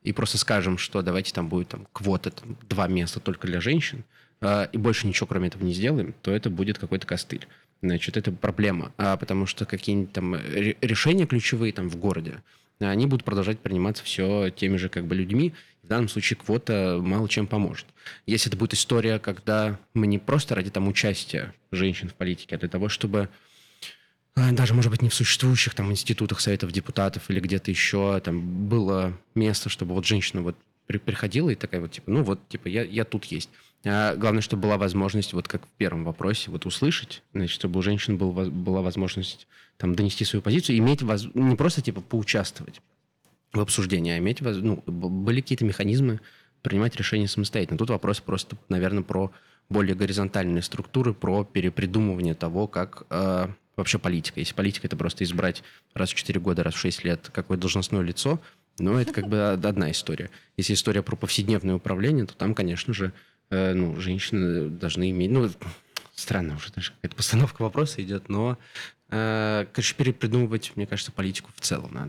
и просто скажем, что давайте там будет там, квота, там, 2 места только для женщин, и больше ничего кроме этого не сделаем, то это будет какой-то костыль. Значит, это проблема, потому что какие-нибудь там решения ключевые там в городе, они будут продолжать приниматься все теми же как бы людьми. В данном случае квота мало чем поможет. Если это будет история, когда мы не просто ради там участия женщин в политике, а для того, чтобы даже, может быть, не в существующих там институтах, советов депутатов или где-то еще там было место, чтобы вот женщина вот приходила и такая вот, типа, ну вот, типа, я тут есть. Главное, чтобы была возможность, вот как в первом вопросе, вот услышать, значит, чтобы у женщин была возможность там донести свою позицию, иметь не просто, типа, поучаствовать в обсуждении, а иметь, были какие-то механизмы принимать решения самостоятельно. Тут вопрос просто, наверное, про более горизонтальные структуры, про перепридумывание того, как вообще политика. Если политика — это просто избрать раз в 4 года, раз в 6 лет какое-то должностное лицо, ну, это как бы одна история. Если история про повседневное управление, то там, конечно же, женщины должны иметь... Ну, странно уже даже какая-то постановка вопроса идет, но, конечно, перепридумывать, мне кажется, политику в целом надо.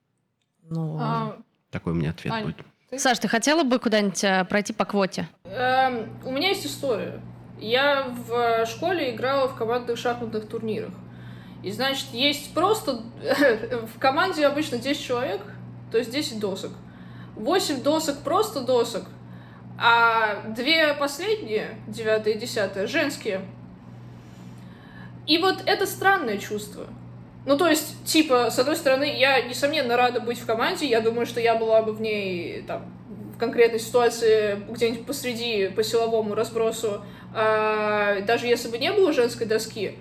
Такой у меня ответ Ань, будет. Саш, ты хотела бы куда-нибудь пройти по квоте? У меня есть история. Я в школе играла в командных шахматных турнирах. И, значит, есть просто... В команде обычно 10 человек, то есть 10 досок. 8 досок просто досок, а 2 последние, 9 и 10, женские. И вот это странное чувство. Ну, то есть, типа, с одной стороны, я, несомненно, рада быть в команде, я думаю, что я была бы в ней, там, в конкретной ситуации где-нибудь посреди по силовому разбросу, даже если бы не было женской доски.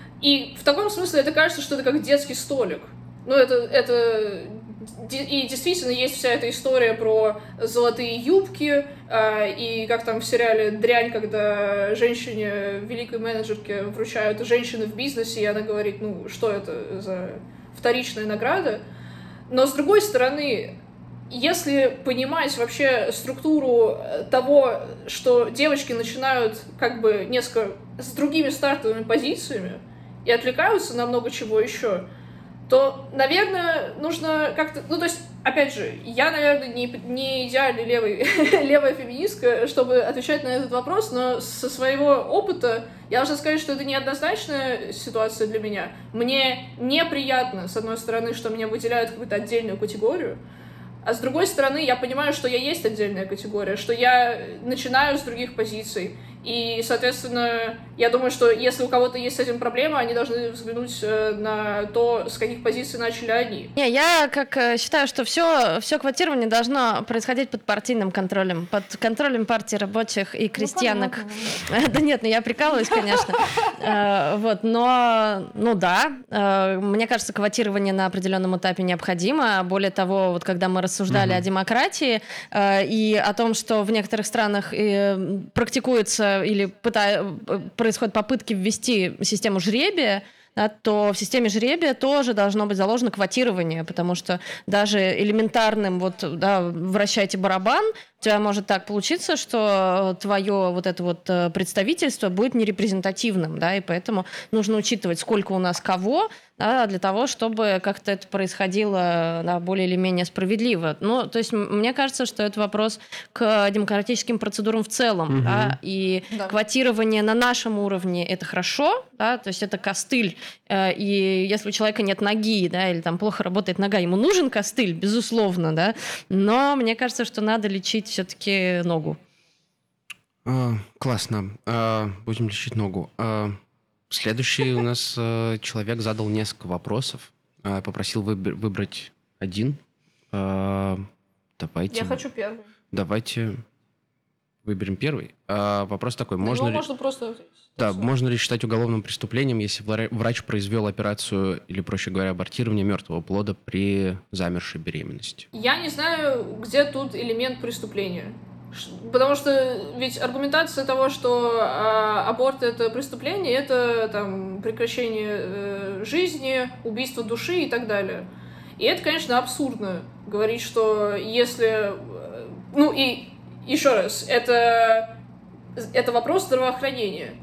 И в таком смысле это кажется, что это как детский столик. Ну, это... И действительно есть вся эта история про золотые юбки, и как там в сериале «Дрянь», когда женщине, великой менеджерке, вручают женщины в бизнесе, и она говорит, ну, что это за вторичная награда. Но, с другой стороны, если понимать вообще структуру того, что девочки начинают как бы несколько с другими стартовыми позициями и отвлекаются на много чего еще, то, наверное, нужно как-то... Ну, то есть, опять же, я, наверное, не идеальный левая феминистка, чтобы отвечать на этот вопрос, но со своего опыта я должна сказать, что это неоднозначная ситуация для меня. Мне неприятно, с одной стороны, что меня выделяют в какую-то отдельную категорию, а с другой стороны, я понимаю, что я есть отдельная категория, что я начинаю с других позиций. И, соответственно, я думаю, что если у кого-то есть с этим проблема, они должны взглянуть на то, с каких позиций начали они. Не, я считаю, что все квотирование должно происходить под партийным контролем, под контролем партии рабочих и крестьянок. Да нет, ну я прикалываюсь, конечно. Вот, но, ну да, мне кажется, квотирование на определенном этапе необходимо. Более того, вот когда мы рассуждали о демократии и о том, что в некоторых странах практикуется или происходят попытки ввести систему жребия, да, то в системе жребия тоже должно быть заложено квотирование, потому что даже элементарным вот, да, вращайте барабан, у тебя может так получиться, что твое вот это вот представительство будет нерепрезентативным, да, и поэтому нужно учитывать, сколько у нас кого, да, для того, чтобы как-то это происходило, да, более или менее справедливо. Ну, то есть мне кажется, что это вопрос к демократическим процедурам в целом, да, и квотирование на нашем уровне – это хорошо, да, то есть это костыль, и если у человека нет ноги, да, или там плохо работает нога, ему нужен костыль, безусловно, да, но мне кажется, что надо лечить все-таки ногу. Классно. Будем лечить ногу. Следующий у нас человек задал несколько вопросов. Попросил выбрать один. Давайте. Я хочу первый. Давайте выберем первый. Вопрос такой. Можно просто... Да, можно ли считать уголовным преступлением, если врач произвел операцию или, проще говоря, абортирование мертвого плода при замершей беременности? Я не знаю, где тут элемент преступления. Потому что ведь аргументация того, что аборт — это преступление, это там прекращение жизни, убийство души и так далее. И это, конечно, абсурдно говорить, что если... Ну и еще раз, это вопрос здравоохранения.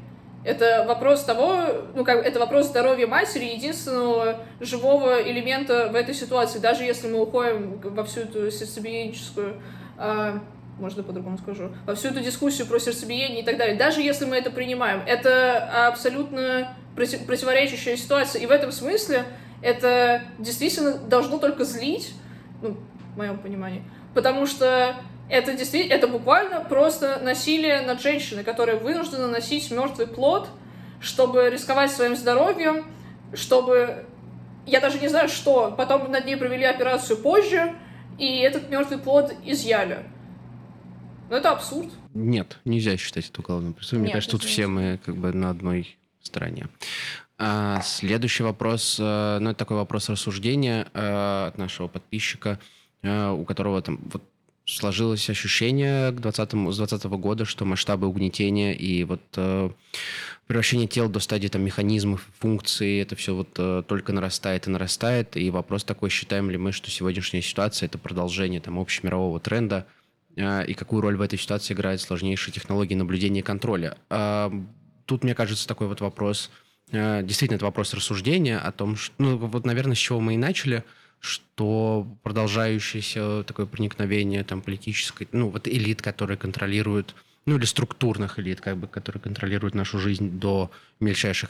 Это вопрос того, это вопрос здоровья матери, единственного живого элемента в этой ситуации. Даже если мы уходим во всю эту сердцебиенческую, можно по-другому скажу, во всю эту дискуссию про сердцебиение и так далее. Даже если мы это принимаем, это абсолютно противоречащая ситуация. И в этом смысле это действительно должно только злить, в моем понимании, потому что это буквально просто насилие над женщиной, которая вынуждена носить мертвый плод, чтобы рисковать своим здоровьем, чтобы... Я даже не знаю, что. Потом над ней провели операцию позже, и этот мертвый плод изъяли. Но это абсурд. Нет, нельзя считать это уголовным преступлением. Мне кажется, тут все мы на одной стороне. Следующий вопрос, это такой вопрос рассуждения от нашего подписчика, у которого там сложилось ощущение с 2020 года, что масштабы угнетения и превращение тел до стадии механизмов, функций, это все только нарастает и нарастает. И вопрос такой, считаем ли мы, что сегодняшняя ситуация – это продолжение общемирового тренда, и какую роль в этой ситуации играют сложнейшие технологии наблюдения и контроля. Тут, мне кажется, такой вопрос, действительно, это вопрос рассуждения о том, что, наверное, с чего мы и начали, что продолжающееся такое проникновение политической, элит, которые контролируют, или структурных элит, которые контролируют нашу жизнь до мельчайших,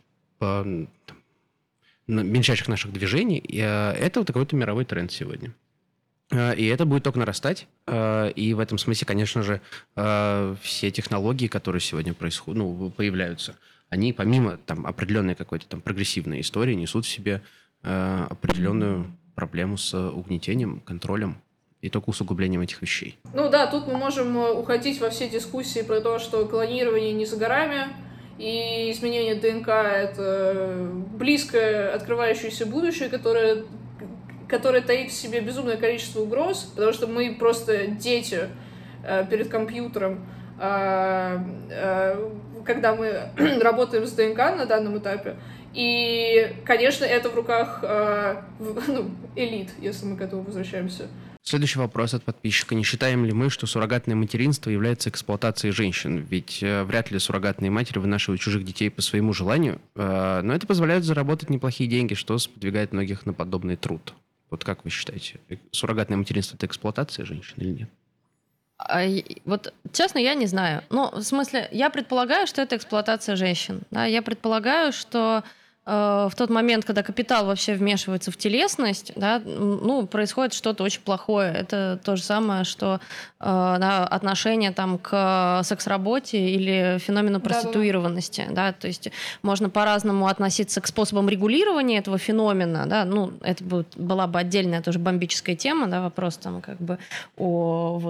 мельчайших наших движений, и это какой-то мировой тренд сегодня. И это будет только нарастать. И в этом смысле, конечно же, все технологии, которые сегодня появляются, они помимо определенной какой-то прогрессивной истории несут в себе определенную проблему с угнетением, контролем и только усугублением этих вещей. Тут мы можем уходить во все дискуссии про то, что клонирование не за горами, и изменение ДНК — это близкое открывающееся будущее, которое таит в себе безумное количество угроз, потому что мы просто дети перед компьютером, когда мы работаем с ДНК на данном этапе. И, конечно, это в руках элит, если мы к этому возвращаемся. Следующий вопрос от подписчика. Не считаем ли мы, что суррогатное материнство является эксплуатацией женщин? Ведь вряд ли суррогатные матери вынашивают чужих детей по своему желанию, но это позволяет заработать неплохие деньги, что сподвигает многих на подобный труд. Как вы считаете, суррогатное материнство – это эксплуатация женщин или нет? Честно, я не знаю. В смысле, я предполагаю, что это эксплуатация женщин. Да? Я предполагаю, что в тот момент, когда капитал вообще вмешивается в телесность, да, происходит что-то очень плохое. Это то же самое, что отношение к секс-работе или феномену проституированности. Да. То есть можно по-разному относиться к способам регулирования этого феномена. Да. Это была бы отдельная тоже бомбическая тема, да, вопрос о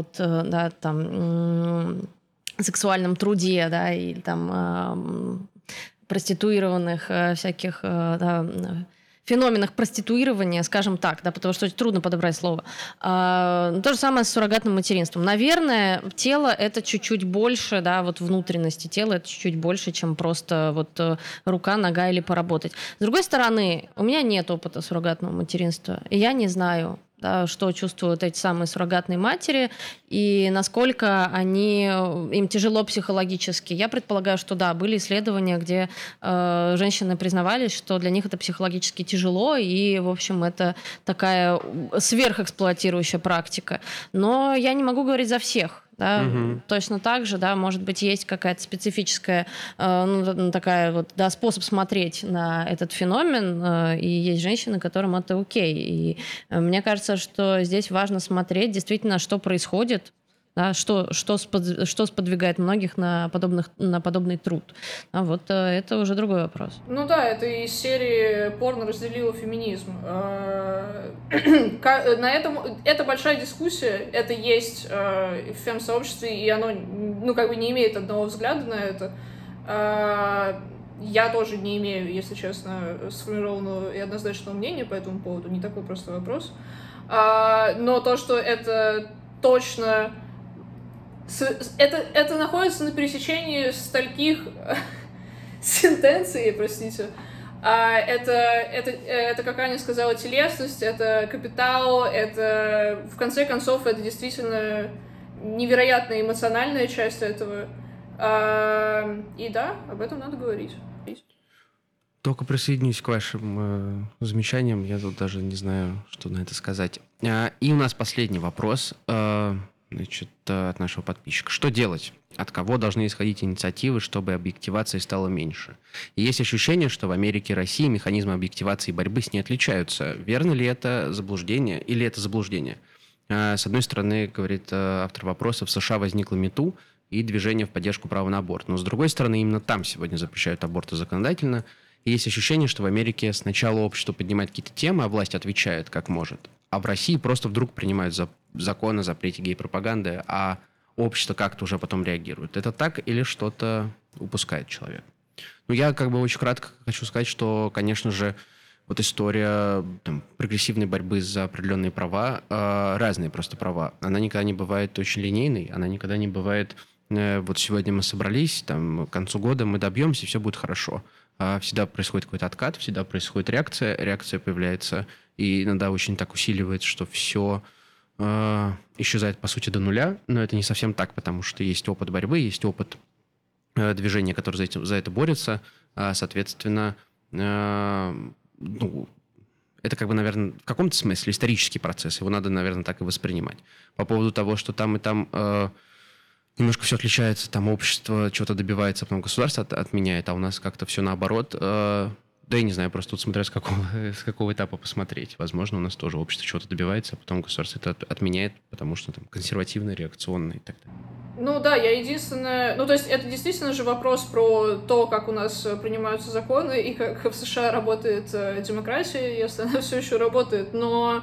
сексуальном труде, да, или проституированных всяких феноменах проституирования, скажем так, да, потому что очень трудно подобрать слово. То же самое с суррогатным материнством. Наверное, тело — это чуть-чуть больше, да, внутренности тела — это чуть-чуть больше, чем просто рука, нога или поработать. С другой стороны, у меня нет опыта суррогатного материнства, и я не знаю, да, что чувствуют эти самые суррогатные матери и насколько им тяжело психологически. Я предполагаю, что да, были исследования, где женщины признавались, что для них это психологически тяжело, и, в общем, это такая сверхэксплуатирующая практика. Но я не могу говорить за всех. Да, точно так же, да, может быть, есть какая-то специфическая способ смотреть на этот феномен, и есть женщины, которым это окей. И мне кажется, что здесь важно смотреть действительно, что происходит, да, что сподвигает многих на подобный труд. Это уже другой вопрос. Это из серии «Порно разделило феминизм». Это большая дискуссия, это есть в фем-сообществе, и оно не имеет одного взгляда на это. Я тоже не имею, если честно, сформированного и однозначного мнения по этому поводу, не такой простой вопрос. Но то, что это точно... Это находится на пересечении стольких сентенций, простите. Это, как Аня сказала, телесность, это капитал, это, в конце концов, это действительно невероятная эмоциональная часть этого. И да, об этом надо говорить. Только присоединюсь к вашим замечаниям. Я тут даже не знаю, что на это сказать. И у нас последний вопрос от нашего подписчика. Что делать? От кого должны исходить инициативы, чтобы объективации стало меньше? И есть ощущение, что в Америке и России механизмы объективации и борьбы с ней отличаются. Верно ли это заблуждение или это заблуждение? С одной стороны, говорит автор вопроса, в США возникло МИТУ и движение в поддержку права на аборт. Но с другой стороны, именно там сегодня запрещают аборты законодательно. И есть ощущение, что в Америке сначала общество поднимает какие-то темы, а власть отвечает как может. А в России просто вдруг принимают закон о запрете гей-пропаганды, а общество как-то уже потом реагирует. Это так или что-то упускает человек? Ну, я очень кратко хочу сказать, что, конечно же, вот история прогрессивной борьбы за определенные права, разные просто права, она никогда не бывает очень линейной, она никогда не бывает, вот сегодня мы собрались, к концу года мы добьемся, и все будет хорошо. Всегда происходит какой-то откат, всегда происходит реакция появляется, и иногда очень так усиливается, что все исчезает, по сути, до нуля, но это не совсем так, потому что есть опыт борьбы, есть опыт движения, которое за это борется, соответственно, это наверное, в каком-то смысле исторический процесс, его надо, наверное, так и воспринимать. По поводу того, что там и там немножко все отличается, там общество чего-то добивается, потом государство отменяет, а у нас как-то все наоборот. Да я не знаю, просто тут смотря с какого этапа посмотреть. Возможно, у нас тоже общество чего-то добивается, а потом государство это отменяет, потому что там консервативное, реакционное и так далее. Ну да, я единственное... Ну то есть это действительно же вопрос про то, как у нас принимаются законы и как в США работает демократия, если она все еще работает. Но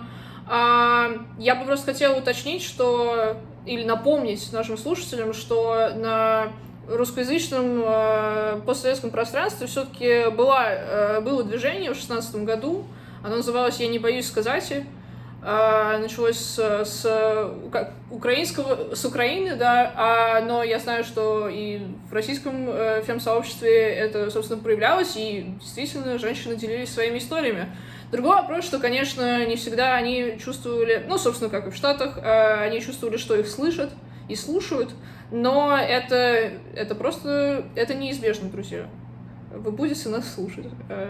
я бы просто хотела уточнить, что... Или напомнить нашим слушателям, что на русскоязычном постсоветском пространстве все-таки было движение в 2016 году. Оно называлось «Я не боюсь сказать». Началось с Украины, да, но я знаю, что и в российском фем-сообществе это, собственно, проявлялось, и действительно женщины делились своими историями. Другой вопрос, что, конечно, не всегда они чувствовали, собственно, как и в Штатах, они чувствовали, что их слышат и слушают, но это просто, это неизбежно, друзья. Вы будете нас слушать.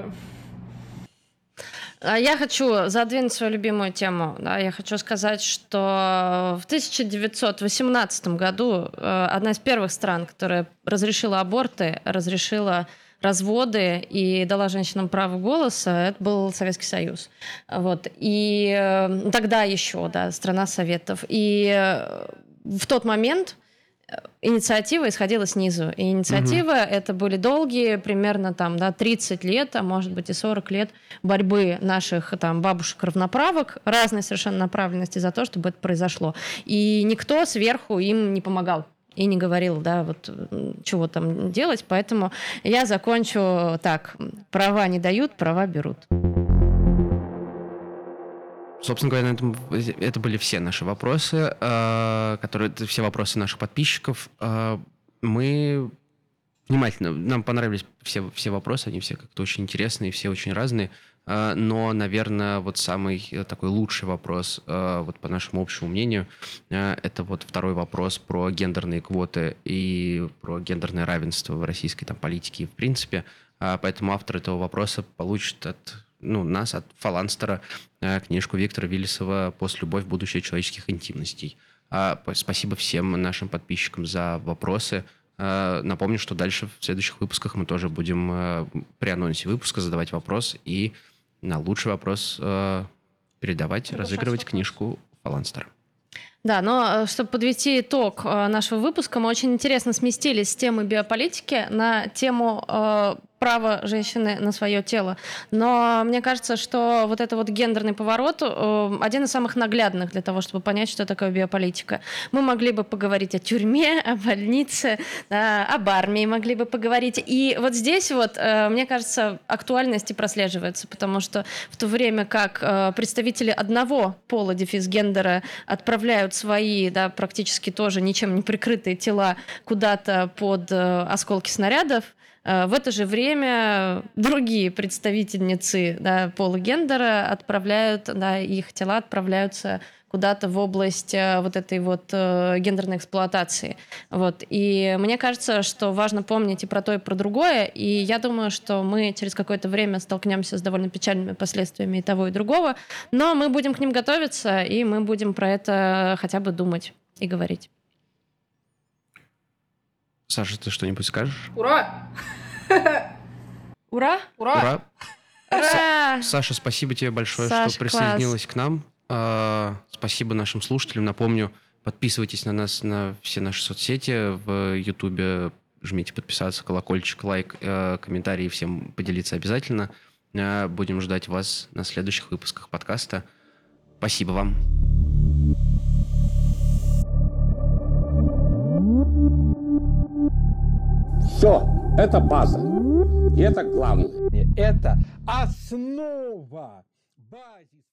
Я хочу задвинуть свою любимую тему. Да, я хочу сказать, что в 1918 году одна из первых стран, которая разрешила аборты, разрешила разводы и дала женщинам право голоса, это был Советский Союз. Вот. И тогда еще, да, страна Советов. И в тот момент инициатива исходила снизу. И инициатива это были долгие, примерно 30 лет, а может быть и 40 лет борьбы наших бабушек-равноправок разной совершенно направленности за то, чтобы это произошло. И никто сверху им не помогал и не говорил, чего там делать. Поэтому я закончу так. Права не дают, права берут. Собственно говоря, это были все наши вопросы, все вопросы наших подписчиков. Мы внимательно, нам понравились все вопросы, они все как-то очень интересные, все очень разные. Но, наверное, самый такой лучший вопрос, по нашему общему мнению, это второй вопрос про гендерные квоты и про гендерное равенство в российской политике в принципе. Поэтому автор этого вопроса получит от нас, от Фаланстера, книжку Виктора Виллисова «Постлюбовь. Будущее человеческих интимностей». Спасибо всем нашим подписчикам за вопросы. Напомню, что дальше в следующих выпусках мы тоже будем при анонсе выпуска задавать вопрос и на лучший вопрос разыгрывать книжку Фаланстера. Да, но чтобы подвести итог нашего выпуска, мы очень интересно сместились с темы биополитики на тему право женщины на свое тело. Но мне кажется, что этот гендерный поворот один из самых наглядных для того, чтобы понять, что такое биополитика. Мы могли бы поговорить о тюрьме, о больнице, об армии могли бы поговорить. И здесь, мне кажется, актуальность и прослеживается, потому что в то время как представители одного пола гендера отправляют свои, практически тоже ничем не прикрытые тела куда-то под осколки снарядов, В это же время другие представительницы, да, полугендера отправляют, да, их тела отправляются куда-то в область вот этой вот гендерной эксплуатации. Вот. И мне кажется, что важно помнить и про то, и про другое. И я думаю, что мы через какое-то время столкнемся с довольно печальными последствиями и того, и другого. Но мы будем к ним готовиться, и мы будем про это хотя бы думать и говорить. Саша, ты что-нибудь скажешь? Ура! Ура! Ура! Ура! Саша, спасибо тебе большое, Саш, что присоединилась к нам. Спасибо нашим слушателям. Напомню, подписывайтесь на нас на все наши соцсети. В Ютубе жмите подписаться, колокольчик, лайк, комментарии. Всем поделиться обязательно. Будем ждать вас на следующих выпусках подкаста. Спасибо вам. Все, это база. И это главное. Это основа, базис.